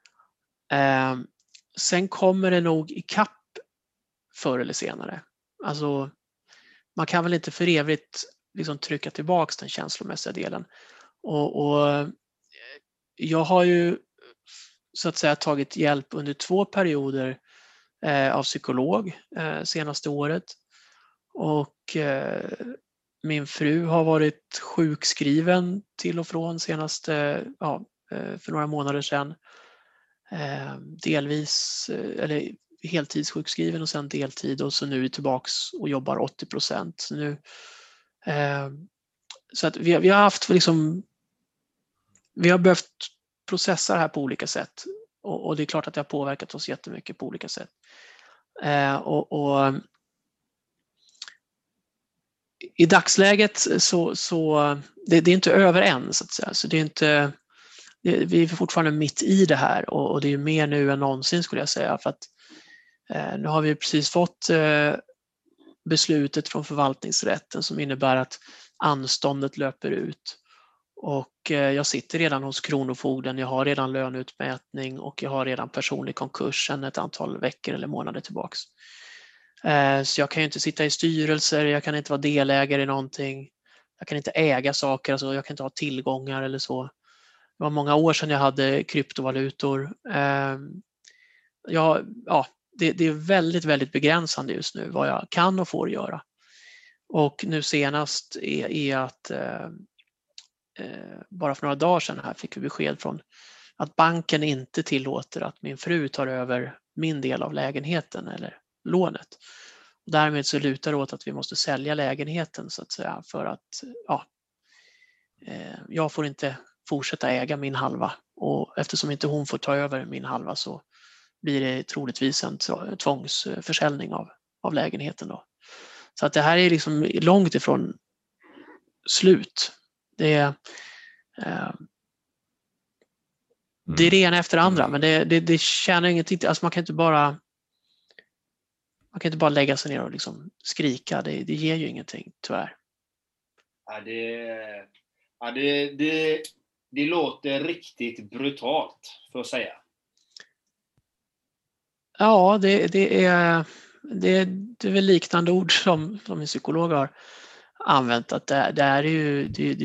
Sen kommer det nog i kapp förr eller senare. Alltså, man kan väl inte för evigt liksom trycka tillbaka den känslomässiga delen. Och jag har ju så att säga tagit hjälp under 2 perioder av psykolog senaste året. Och min fru har varit sjukskriven till och från senaste, för några månader sedan. Delvis, eller heltidssjukskriven och sen deltid, och så nu är tillbaks och jobbar 80%. Så nu, så att vi har haft liksom, vi har behövt processa det här på olika sätt. Och det är klart att det har påverkat oss jättemycket på olika sätt. Och i dagsläget så det är inte över än, så att säga. Så det är inte, vi är fortfarande mitt i det här, och det är mer nu än någonsin, skulle jag säga, för att nu har vi precis fått beslutet från förvaltningsrätten som innebär att anståndet löper ut, och jag sitter redan hos Kronofogden, jag har redan löneutmätning och jag har redan personlig konkurs sedan ett antal veckor eller månader tillbaks. Så jag kan ju inte sitta i styrelser, jag kan inte vara delägare i någonting, jag kan inte äga saker, alltså jag kan inte ha tillgångar eller så. Det var många år sedan jag hade kryptovalutor. Det är väldigt, väldigt begränsande just nu vad jag kan och får göra. Och nu senast är att bara för några dagar sedan här fick vi besked från att banken inte tillåter att min fru tar över min del av lägenheten eller lånet. Och därmed så lutar det åt att vi måste sälja lägenheten, så att säga, för att jag får inte fortsätta äga min halva, och eftersom inte hon får ta över min halva så blir det troligtvis en tvångsförsäljning av lägenheten då. Så att det här är liksom långt ifrån slut. Det är det ena efter det andra, men det tjänar ingenting. Alltså man kan inte bara lägga sig ner och liksom skrika. Det ger ju ingenting, tyvärr. Ja, det låter riktigt brutalt, för att säga. Ja, det är väl liknande ord som en psykolog har använt, att det är ju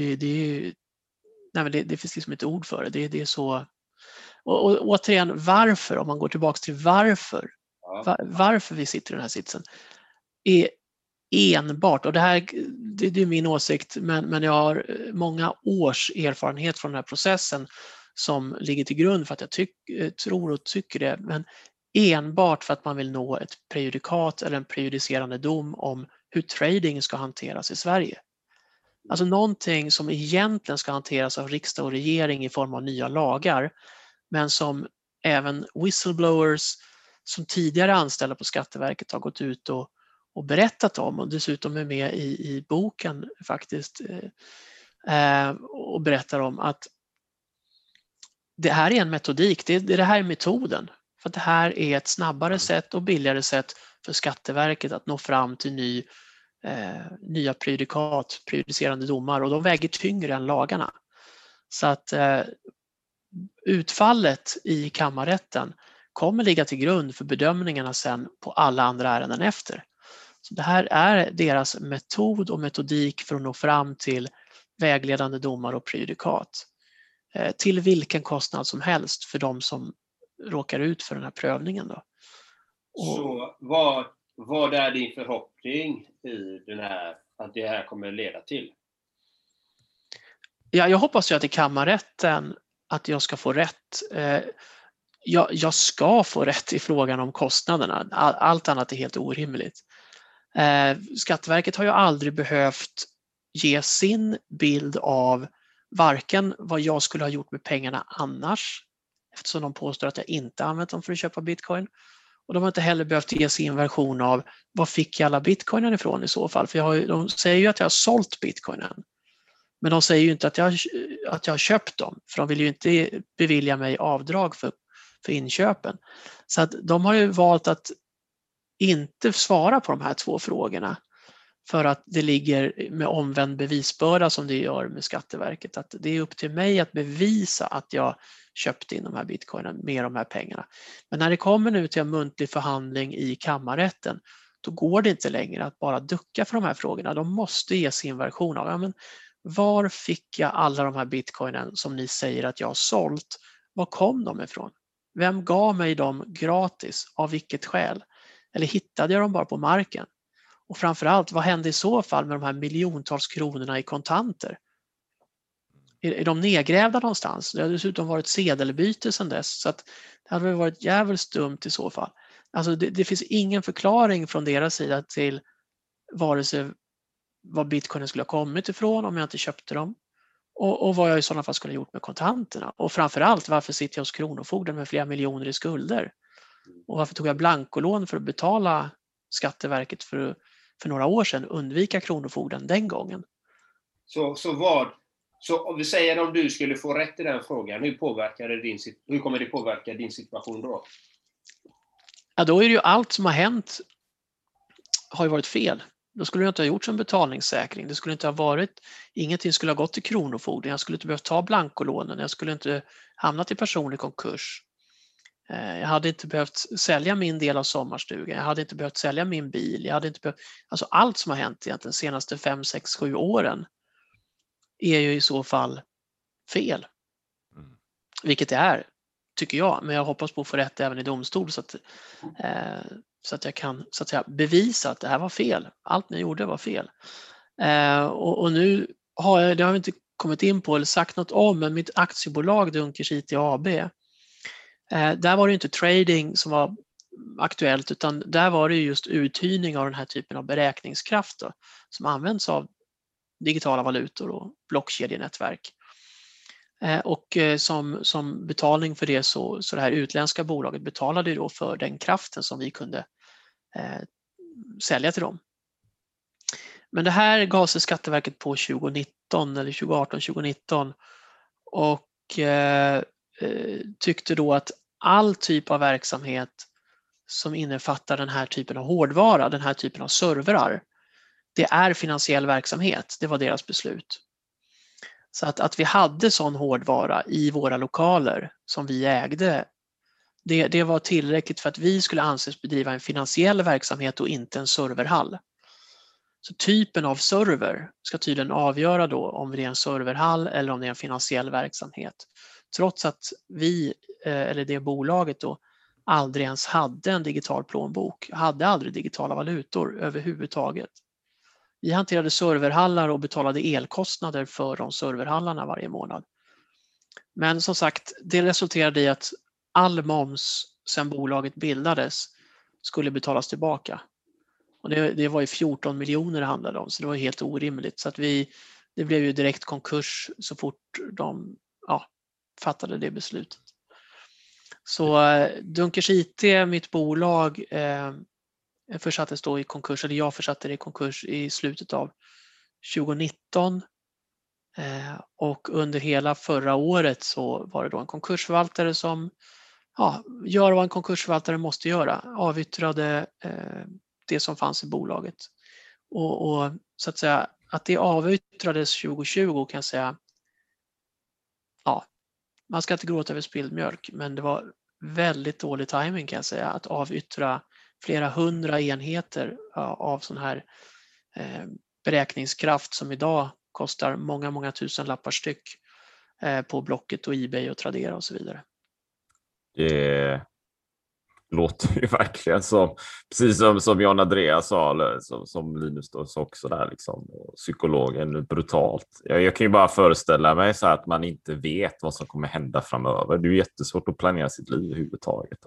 det finns liksom ett ord för det. Det är så, och återigen, varför, om man går tillbaka till varför vi sitter i den här sitsen, är enbart, och det är min åsikt, men jag har många års erfarenhet från den här processen som ligger till grund för att jag tror och tycker det, men enbart för att man vill nå ett prejudikat eller en prejudicerande dom om hur trading ska hanteras i Sverige. Alltså någonting som egentligen ska hanteras av riksdag och regering i form av nya lagar, men som även whistleblowers som tidigare anställda på Skatteverket har gått ut och berättat om, och dessutom är med i boken faktiskt och berättar om att det här är en metodik, det här är metoden. För att det här är ett snabbare sätt och billigare sätt för Skatteverket att nå fram till nya prejudicerande domar, och de väger tyngre än lagarna. Så att utfallet i kammarrätten kommer ligga till grund för bedömningarna sen på alla andra ärenden efter. Så det här är deras metod och metodik för att nå fram till vägledande domar och prejudikat. Till vilken kostnad som helst för de som råkar ut för den här prövningen då. Så vad är din förhoppning i den här, att det här kommer leda till? Ja, jag hoppas ju att i kammarrätten att jag ska få rätt. Jag ska få rätt i frågan om kostnaderna. Allt annat är helt orimligt. Skatteverket har ju aldrig behövt ge sin bild av varken vad jag skulle ha gjort med pengarna annars, eftersom de påstår att jag inte använt dem för att köpa bitcoin. Och de har inte heller behövt ge sin version av vad fick jag alla bitcoinen ifrån i så fall. För de säger ju att jag har sålt bitcoinen. Men de säger ju inte att jag har köpt dem. För de vill ju inte bevilja mig avdrag för inköpen. Så att de har ju valt att inte svara på de här två frågorna. För att det ligger med omvänd bevisbörda som det gör med Skatteverket. Att det är upp till mig att bevisa att jag köpte in de här bitcoinen med de här pengarna. Men när det kommer nu till en muntlig förhandling i kammarrätten, då går det inte längre att bara ducka för de här frågorna. De måste ge sin version av, var fick jag alla de här bitcoinen som ni säger att jag har sålt? Var kom de ifrån? Vem gav mig dem gratis? Av vilket skäl? Eller hittade jag dem bara på marken? Och framförallt, vad hände i så fall med de här miljontals kronorna i kontanter? Är de nedgrävda någonstans? Det har dessutom varit sedelbyte sedan dess, så att det hade varit jävligt dumt i så fall. Alltså det finns ingen förklaring från deras sida till vare sig var bitcoinen skulle ha kommit ifrån om jag inte köpte dem, och vad jag i sådana fall skulle ha gjort med kontanterna. Och framförallt, varför sitter jag hos Kronofogden med flera miljoner i skulder? Och varför tog jag blankolån för att betala Skatteverket för att för några år sedan undvika kronofogden den gången. Så om vi säger om du skulle få rätt i den frågan, hur kommer det påverka din situation då? Ja, då är det ju allt som har hänt har ju varit fel. Då skulle det inte ha gjorts en betalningssäkring. Det skulle inte ha varit, ingenting skulle ha gått till kronofogden. Jag skulle inte behövt ta blankolånen. Jag skulle inte hamnat i personlig konkurs. Jag hade inte behövt sälja min del av sommarstugan. Jag hade inte behövt sälja min bil. Jag hade inte behövt, alltså allt som har hänt egentligen de senaste 5, 6, 7 åren är ju i så fall fel. Vilket det är, tycker jag. Men jag hoppas på att få rätt även i domstol så att jag kan så att säga bevisa att det här var fel. Allt ni gjorde var fel. Och nu det har vi inte kommit in på eller sagt något om, men mitt aktiebolag Dunkers IT AB, där var det inte trading som var aktuellt, utan där var det just uthyrning av den här typen av beräkningskraft då, som används av digitala valutor och blockkedjenätverk. Och som betalning för det så det här utländska bolaget betalade ju då för den kraften som vi kunde sälja till dem. Men det här gav sig Skatteverket på 2019 eller 2018-2019 och tyckte då att all typ av verksamhet som innefattar den här typen av hårdvara, den här typen av servrar, det är finansiell verksamhet. Det var deras beslut. Så att vi hade sån hårdvara i våra lokaler som vi ägde, det var tillräckligt för att vi skulle anses bedriva en finansiell verksamhet och inte en serverhall. Så typen av server ska tydligen avgöra då om det är en serverhall eller om det är en finansiell verksamhet. Trots att vi, eller det bolaget då, aldrig ens hade en digital plånbok, hade aldrig digitala valutor överhuvudtaget. Vi hanterade serverhallar och betalade elkostnader för de serverhallarna varje månad. Men som sagt, det resulterade i att all moms sedan bolaget bildades skulle betalas tillbaka. Och det var ju 14 miljoner det handlade om, så det var helt orimligt. Så att det blev ju direkt konkurs så fort de fattade det beslutet. Så Dunkers IT, mitt bolag, försattes då i konkurs, eller jag försatte det i konkurs i slutet av 2019. Och under hela förra året så var det då en konkursförvaltare som gör vad en konkursförvaltare måste göra, avyttrade det som fanns i bolaget. Och så att säga att det avyttrades 2020 kan jag säga, man ska inte gråta över spilld mjölk, men det var väldigt dålig timing kan jag säga att avyttra flera 100 enheter av sån här beräkningskraft som idag kostar många tusen lappar styck på Blocket och eBay och Tradera och så vidare. Det låter ju verkligen som, precis som Jan Andreas sa, eller som Linus då sa också där, liksom, psykologen, brutalt. Jag kan ju bara föreställa mig så att man inte vet vad som kommer hända framöver. Det är ju jättesvårt att planera sitt liv överhuvudtaget.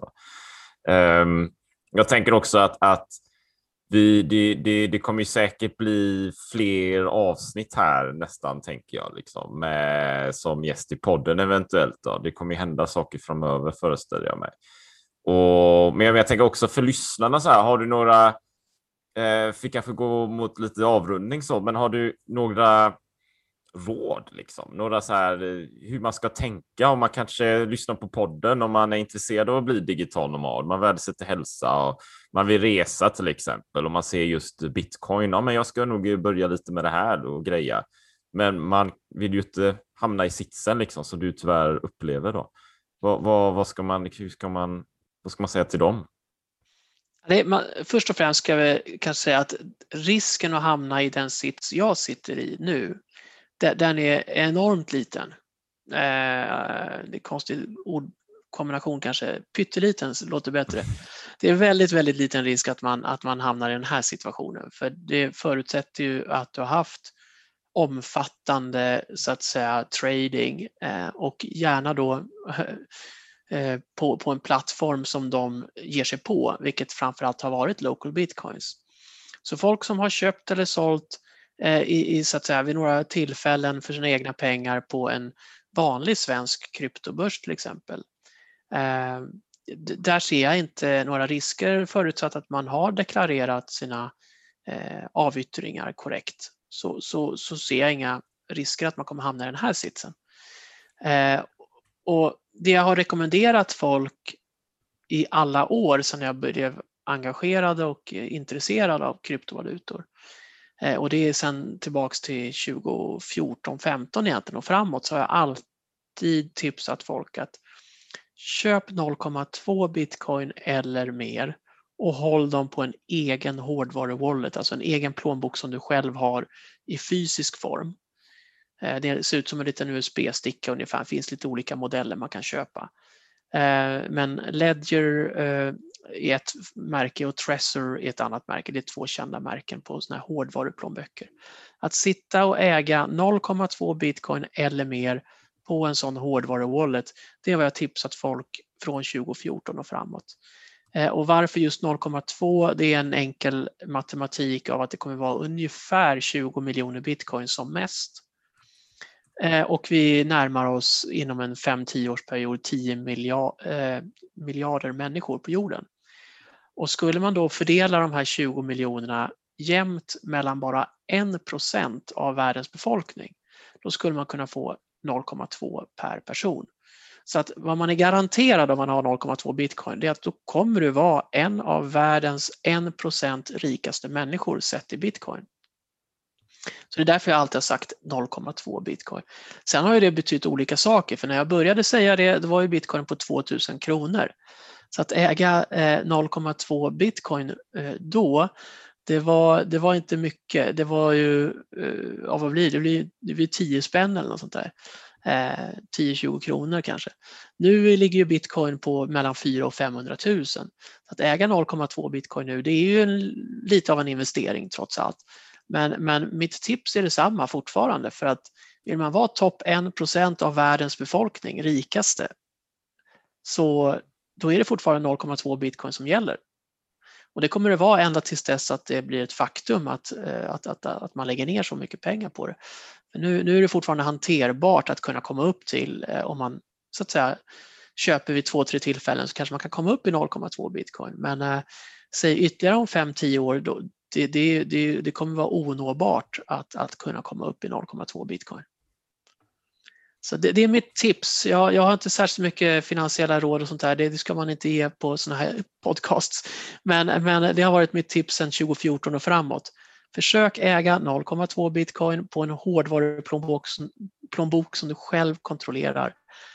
Jag tänker också att det kommer ju säkert bli fler avsnitt här nästan, tänker jag, liksom, som gäst i podden eventuellt. Då. Det kommer ju hända saker framöver, föreställer jag mig. Men jag tänker också för lyssnarna så här, har du några, fick kanske gå mot lite avrundning så, men har du några råd, liksom, några så här hur man ska tänka om man kanske lyssnar på podden, om man är intresserad av att bli digital nomad, man värdesätter hälsa och man vill resa till exempel, och man ser just Bitcoin, men jag ska nog börja lite med det här och greja, men man vill ju inte hamna i sitsen liksom, som du tyvärr upplever då. Vad ska man säga till dem? Först och främst ska vi kanske säga att risken att hamna i den sits jag sitter i nu, den är enormt liten. Det är konstig ordkombination kanske, pytteliten låter bättre. Det är väldigt, väldigt liten risk att man hamnar i den här situationen, för det förutsätter ju att du har haft omfattande så att säga trading och gärna då på en plattform som de ger sig på, vilket framförallt har varit local bitcoins. Så folk som har köpt eller sålt så att säga vid några tillfällen för sina egna pengar på en vanlig svensk kryptobörs till exempel. Där ser jag inte några risker, förutsatt att man har deklarerat sina avyttringar korrekt, så ser jag inga risker att man kommer hamna i den här sitsen. Och det jag har rekommenderat folk i alla år sedan jag blev engagerad och intresserad av kryptovalutor, och det är sedan tillbaks till 2014-15 egentligen och framåt, så har jag alltid tipsat folk att köp 0,2 bitcoin eller mer och håll dem på en egen hårdvaru-wallet, alltså en egen plånbok som du själv har i fysisk form. Det ser ut som en liten USB-sticka ungefär, det finns lite olika modeller man kan köpa. Men Ledger är ett märke och Trezor är ett annat märke. Det är 2 kända märken på såna här hårdvaruplånböcker. Att sitta och äga 0,2 bitcoin eller mer på en sån hårdvaru-wallet, det är vad jag tipsat folk från 2014 och framåt. Och varför just 0,2? Det är en enkel matematik av att det kommer vara ungefär 20 miljoner bitcoin som mest. Och vi närmar oss inom en 5-10 årsperiod 10 miljarder människor på jorden. Och skulle man då fördela de här 20 miljonerna jämnt mellan bara 1% av världens befolkning, då skulle man kunna få 0,2 per person. Så att vad man är garanterad om man har 0,2 bitcoin, det är att då kommer du vara en av världens 1% rikaste människor sett i bitcoin. Så det är därför jag alltid har sagt 0,2 bitcoin. Sen har ju det betytt olika saker, för när jag började säga det, då var ju bitcoin på 2000 kronor. Så att äga 0,2 bitcoin då, det var inte mycket. Det var ju, vad blir det? Det blir 10 spänn eller något sånt där. 10-20 kronor kanske. Nu ligger ju bitcoin på mellan 400 och 500 000. Så att äga 0,2 bitcoin nu, det är ju lite av en investering trots allt. Men mitt tips är detsamma fortfarande, för att vill man vara topp 1% av världens befolkning, rikaste, så då är det fortfarande 0,2 bitcoin som gäller. Och det kommer det vara ända tills dess att det blir ett faktum att man lägger ner så mycket pengar på det. Men nu är det fortfarande hanterbart att kunna komma upp till, om man så att säga köper vid 2-3 tillfällen, så kanske man kan komma upp i 0,2 bitcoin. Men säg ytterligare om 5-10 år, då, det kommer vara onåbart att kunna komma upp i 0,2 bitcoin. Så det är mitt tips. Jag har inte särskilt mycket finansiella råd och sånt där. Det ska man inte ge på såna här podcasts. Men det har varit mitt tips sedan 2014 och framåt. Försök äga 0,2 bitcoin på en hårdvaruplånbok som du själv kontrollerar.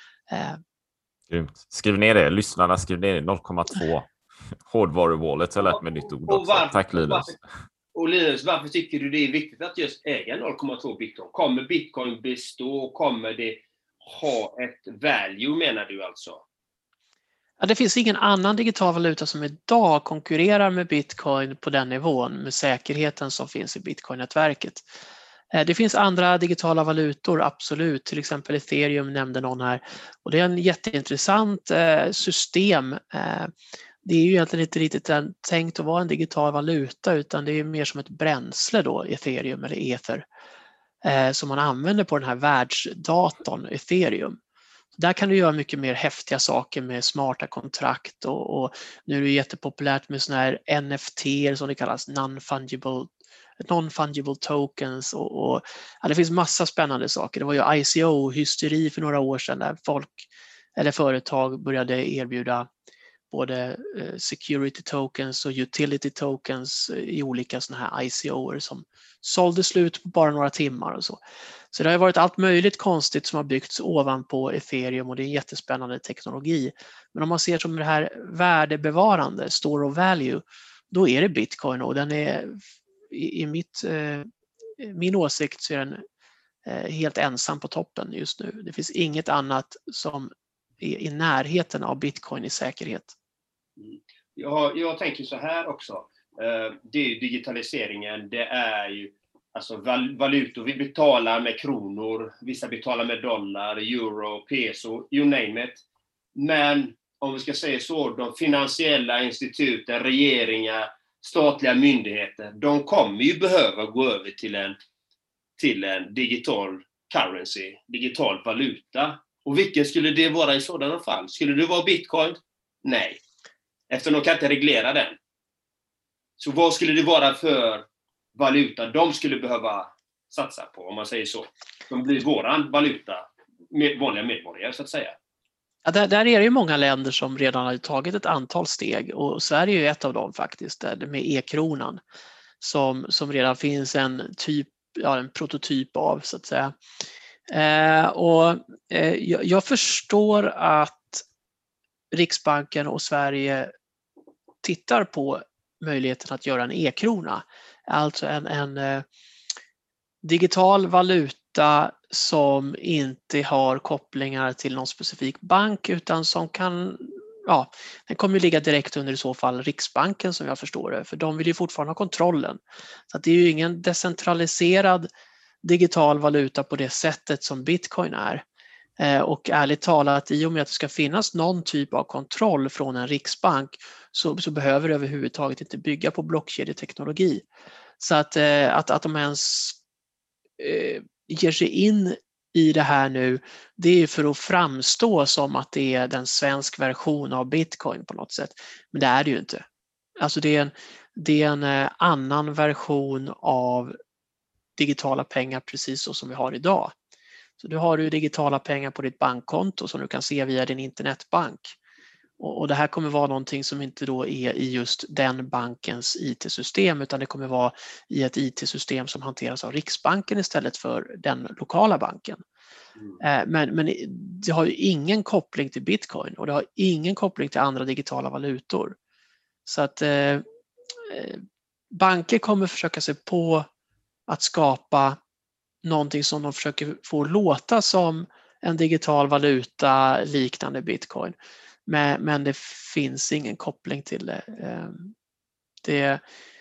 Grymt. Skriv ner det. Lyssnarna, skriv ner det. 0,2. Hårdvaru-wallet. Jag har lärt mig nytt ord också. Tack Linus. Och Linus, varför tycker du det är viktigt att just äga 0,2 bitcoin? Kommer bitcoin bestå? Kommer det ha ett value, menar du alltså? Ja, det finns ingen annan digital valuta som idag konkurrerar med bitcoin på den nivån med säkerheten som finns i bitcoin-nätverket. Det finns andra digitala valutor, absolut. Till exempel Ethereum nämnde någon här. Och det är en jätteintressant system. Det är ju egentligen inte riktigt tänkt att vara en digital valuta, utan det är mer som ett bränsle då, Ethereum eller Ether, som man använder på den här världsdatorn Ethereum. Där kan du göra mycket mer häftiga saker med smarta kontrakt och nu är det jättepopulärt med såna här NFT som det kallas, non-fungible tokens och det finns massa spännande saker. Det var ju ICO-hysteri för några år sedan där företag började erbjuda både security tokens och utility tokens i olika såna här ICOer som sålde slut på bara några timmar och så. Så det har varit allt möjligt konstigt som har byggts ovanpå Ethereum och det är en jättespännande teknologi. Men om man ser som det här värdebevarande, store of value, då är det bitcoin och den är i min åsikt så är den helt ensam på toppen just nu. Det finns inget annat som är i närheten av bitcoin i säkerhet. Jag tänker så här också. Det är ju digitaliseringen, det är ju alltså valutor. Vi betalar med kronor, vissa betalar med dollar, euro, peso, you name it. Men om vi ska säga så, de finansiella instituten, regeringar, statliga myndigheter, de kommer ju behöva gå över till en digital currency, digital valuta. Och vilken skulle det vara i sådana fall? Skulle det vara bitcoin? Nej. Eftersom de kan inte reglera den. Så vad skulle det vara för valuta de skulle behöva satsa på, om man säger så. De blir våran valuta, vanliga medborgare så att säga. Ja, där är det ju många länder som redan har tagit ett antal steg, och Sverige är ju ett av dem faktiskt, där med e-kronan som redan finns en prototyp av, så att säga. Jag förstår att Riksbanken och Sverige tittar på möjligheten att göra en e-krona, alltså en digital valuta som inte har kopplingar till någon specifik bank, utan som den kommer ligga direkt under i så fall Riksbanken, som jag förstår det, för de vill ju fortfarande ha kontrollen. Så att det är ju ingen decentraliserad digital valuta på det sättet som Bitcoin är. Och ärligt talat, i och med att det ska finnas någon typ av kontroll från en riksbank, så behöver det överhuvudtaget inte bygga på blockkedjeteknologi. Så att de ens ger sig in i det här nu, det är för att framstå som att det är den svensk version av Bitcoin på något sätt. Men det är det ju inte. Alltså det är en annan version av digitala pengar, precis så som vi har idag. Så du har ju digitala pengar på ditt bankkonto som du kan se via din internetbank. Och det här kommer vara någonting som inte då är i just den bankens IT-system, utan det kommer vara i ett IT-system som hanteras av Riksbanken istället för den lokala banken. Men det har ju ingen koppling till Bitcoin, och det har ingen koppling till andra digitala valutor. Så att banker kommer försöka sig på att skapa någonting som de försöker få låta som en digital valuta liknande Bitcoin. Men det finns ingen koppling till det.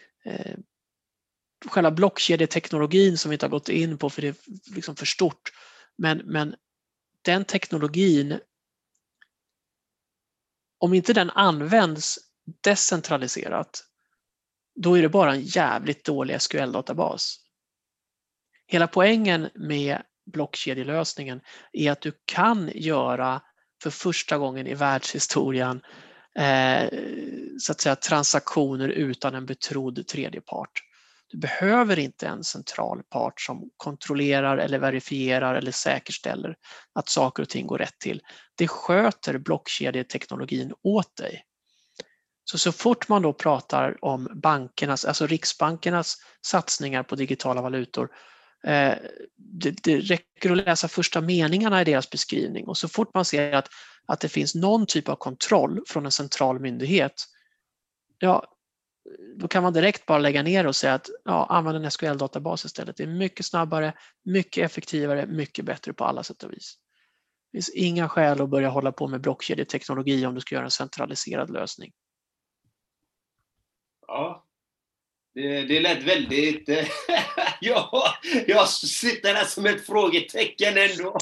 Själva blockkedjeteknologin som vi inte har gått in på, för det är liksom för stort. Men den teknologin, om inte den används decentraliserat, då är det bara en jävligt dålig SQL-databas. Hela poängen med blockkedjelösningen är att du kan göra för första gången i världshistorien så att säga transaktioner utan en betrodd tredje part. Du behöver inte en central part som kontrollerar eller verifierar eller säkerställer att saker och ting går rätt till. Det sköter blockkedjeteknologin åt dig. Så fort man då pratar om bankernas, alltså riksbankernas satsningar på digitala valutor, det räcker att läsa första meningarna i deras beskrivning, och så fort man ser att det finns någon typ av kontroll från en central myndighet, då kan man direkt bara lägga ner och säga att använd en SQL-databas istället. Det är mycket snabbare, mycket effektivare, mycket bättre på alla sätt och vis. Det finns inga skäl att börja hålla på med blockkedjeteknologi om du ska göra en centraliserad lösning. Ja, det lät väldigt... jag sitter där som ett frågetecken ändå.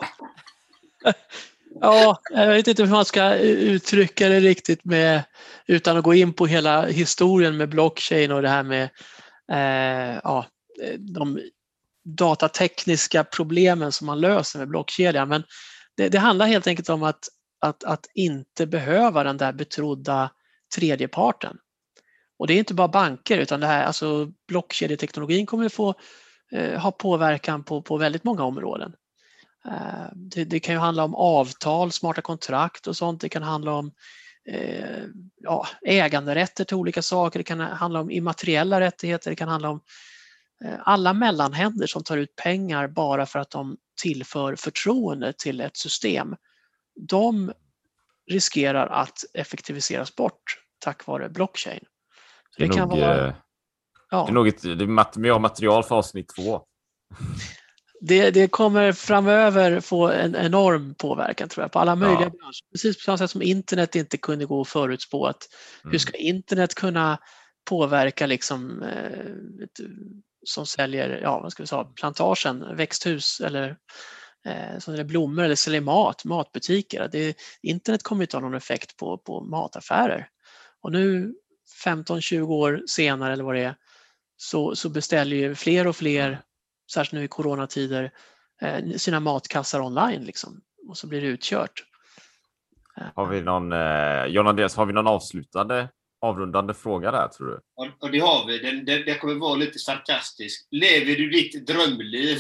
Ja, jag vet inte hur man ska uttrycka det riktigt utan att gå in på hela historien med blockchain och det här med de datatekniska problemen som man löser med blockkedjan. Men det handlar helt enkelt om att inte behöva den där betrodda tredjeparten. Och det är inte bara banker, utan det här, alltså blockkedjeteknologin kommer att få ha påverkan på väldigt många områden. Det kan ju handla om avtal, smarta kontrakt och sånt. Det kan handla om äganderätter till olika saker. Det kan handla om immateriella rättigheter. Det kan handla om alla mellanhänder som tar ut pengar bara för att de tillför förtroende till ett system. De riskerar att effektiviseras bort tack vare blockchain. Det är nog ett material för avsnitt 2. Det kommer framöver få en enorm påverkan, tror jag, på alla möjliga branscher. Precis på samma sätt som internet inte kunde gå att förutspå att hur ska internet kunna påverka liksom, som säljer, vad ska vi säga, plantagen, växthus eller blommor, eller säljer matbutiker. Internet kommer inte ha någon effekt på mataffärer. Och nu 15-20 år senare eller vad det är, så beställer ju fler och fler, särskilt nu i coronatider, sina matkassar online liksom, och så blir det utkört. Har vi någon, John Andreas, har vi någon avslutande avrundande fråga där, tror du? Och det har vi. Den kommer vara lite sarkastisk. Lever du ditt drömliv?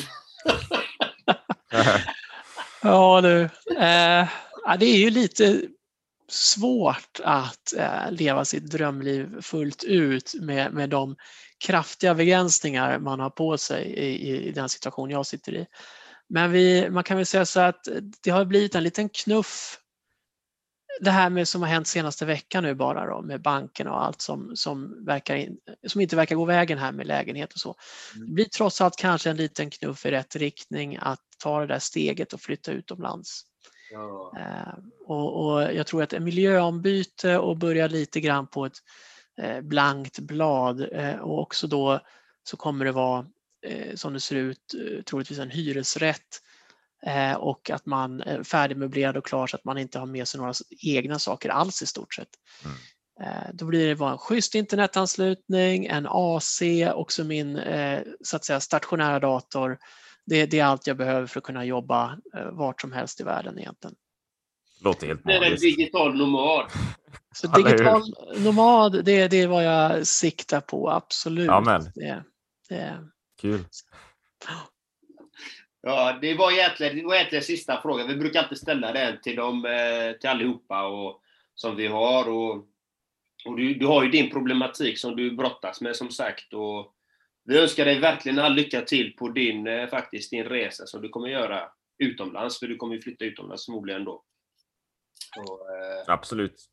Ja du, det är ju lite svårt att leva sitt drömliv fullt ut med de kraftiga begränsningar man har på sig i den situation jag sitter i. Men man kan väl säga så att det har blivit en liten knuff, det här med som har hänt senaste veckan nu bara då, med bankerna och allt som inte verkar gå vägen här med lägenhet och så. Det blir trots allt kanske en liten knuff i rätt riktning att ta det där steget och flytta utomlands. Ja. Och jag tror att en miljöombyte och börja lite grann på ett blankt blad och också då så kommer det vara som det ser ut troligtvis en hyresrätt och att man är färdigmöblerad och klar så att man inte har med sig några egna saker alls i stort sett. Då blir det bara en schysst internetanslutning, en AC, också min så att säga stationära dator. Det är allt jag behöver för att kunna jobba vart som helst i världen egentligen. Låter helt magiskt. Det är en digital nomad. Så digital nomad, det är vad jag siktar på, absolut. Amen. Kul. Ja, det var egentligen sista frågan. Vi brukar alltid ställa den till allihopa och, som vi har. Och du har ju din problematik som du brottas med, som sagt. Och vi önskar dig verkligen all lycka till på din resa som du kommer göra utomlands. För du kommer ju flytta utomlands förmodligen då. Absolut.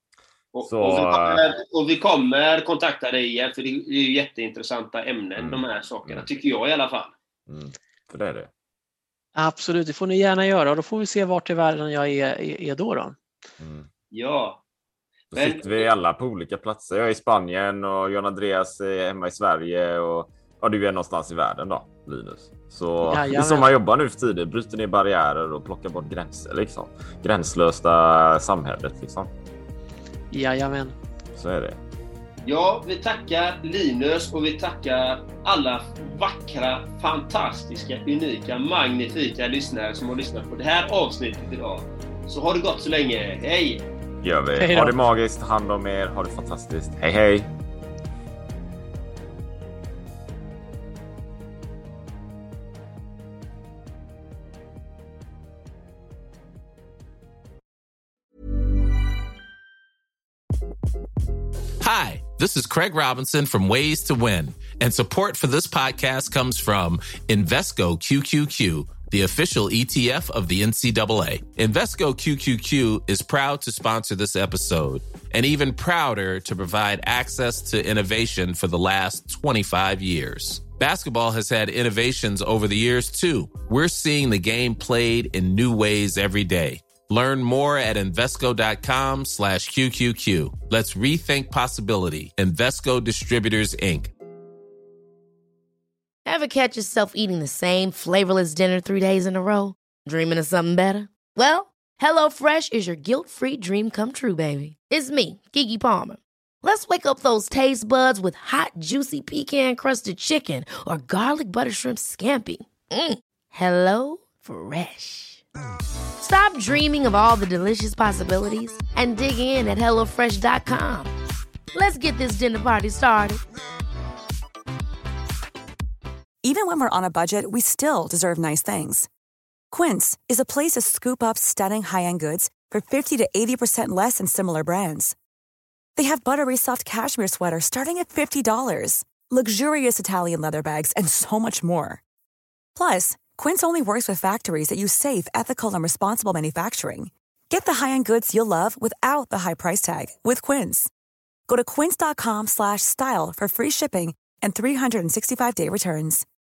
Och vi kommer kontakta dig igen, för det är ju jätteintressanta ämnen, de här sakerna, tycker jag i alla fall. För det är det. Absolut, det får ni gärna göra, och då får vi se vart i världen jag är då. Ja. Då sitter vi alla på olika platser. Jag är i Spanien och John Andreas är hemma i Sverige och du är någonstans i världen då, Linus. Så det är som man jobbar nu för tiden, bryter ner barriärer och plockar bort gränser liksom. Gränslösa samhället liksom. Jajamän. Så är det. Ja, vi tackar Linus och vi tackar alla vackra, fantastiska, unika, magnifika lyssnare som har lyssnat på det här avsnittet idag. Så har det gått så länge. Hej! Gör vi. Ha det magiskt, hand om er, ha det fantastiskt. Hej hej! Hi, this is Craig Robinson from Ways to Win, and support for this podcast comes from Invesco QQQ, the official ETF of the NCAA. Invesco QQQ is proud to sponsor this episode, and even prouder to provide access to innovation for the last 25 years. Basketball has had innovations over the years, too. We're seeing the game played in new ways every day. Learn more at Invesco.com/QQQ. Let's rethink possibility. Invesco Distributors, Inc. Ever catch yourself eating the same flavorless dinner 3 days in a row? Dreaming of something better? Well, HelloFresh is your guilt-free dream come true, baby. It's me, Keke Palmer. Let's wake up those taste buds with hot, juicy pecan-crusted chicken or garlic butter shrimp scampi. Hello Fresh. Stop dreaming of all the delicious possibilities and dig in at HelloFresh.com. Let's get this dinner party started. Even when we're on a budget, we still deserve nice things. Quince is a place to scoop up stunning high-end goods for 50 to 80% less than similar brands. They have buttery soft cashmere sweaters starting at $50, luxurious Italian leather bags, and so much more. Plus, Quince only works with factories that use safe, ethical, and responsible manufacturing. Get the high-end goods you'll love without the high price tag with Quince. Go to quince.com/style for free shipping and 365-day returns.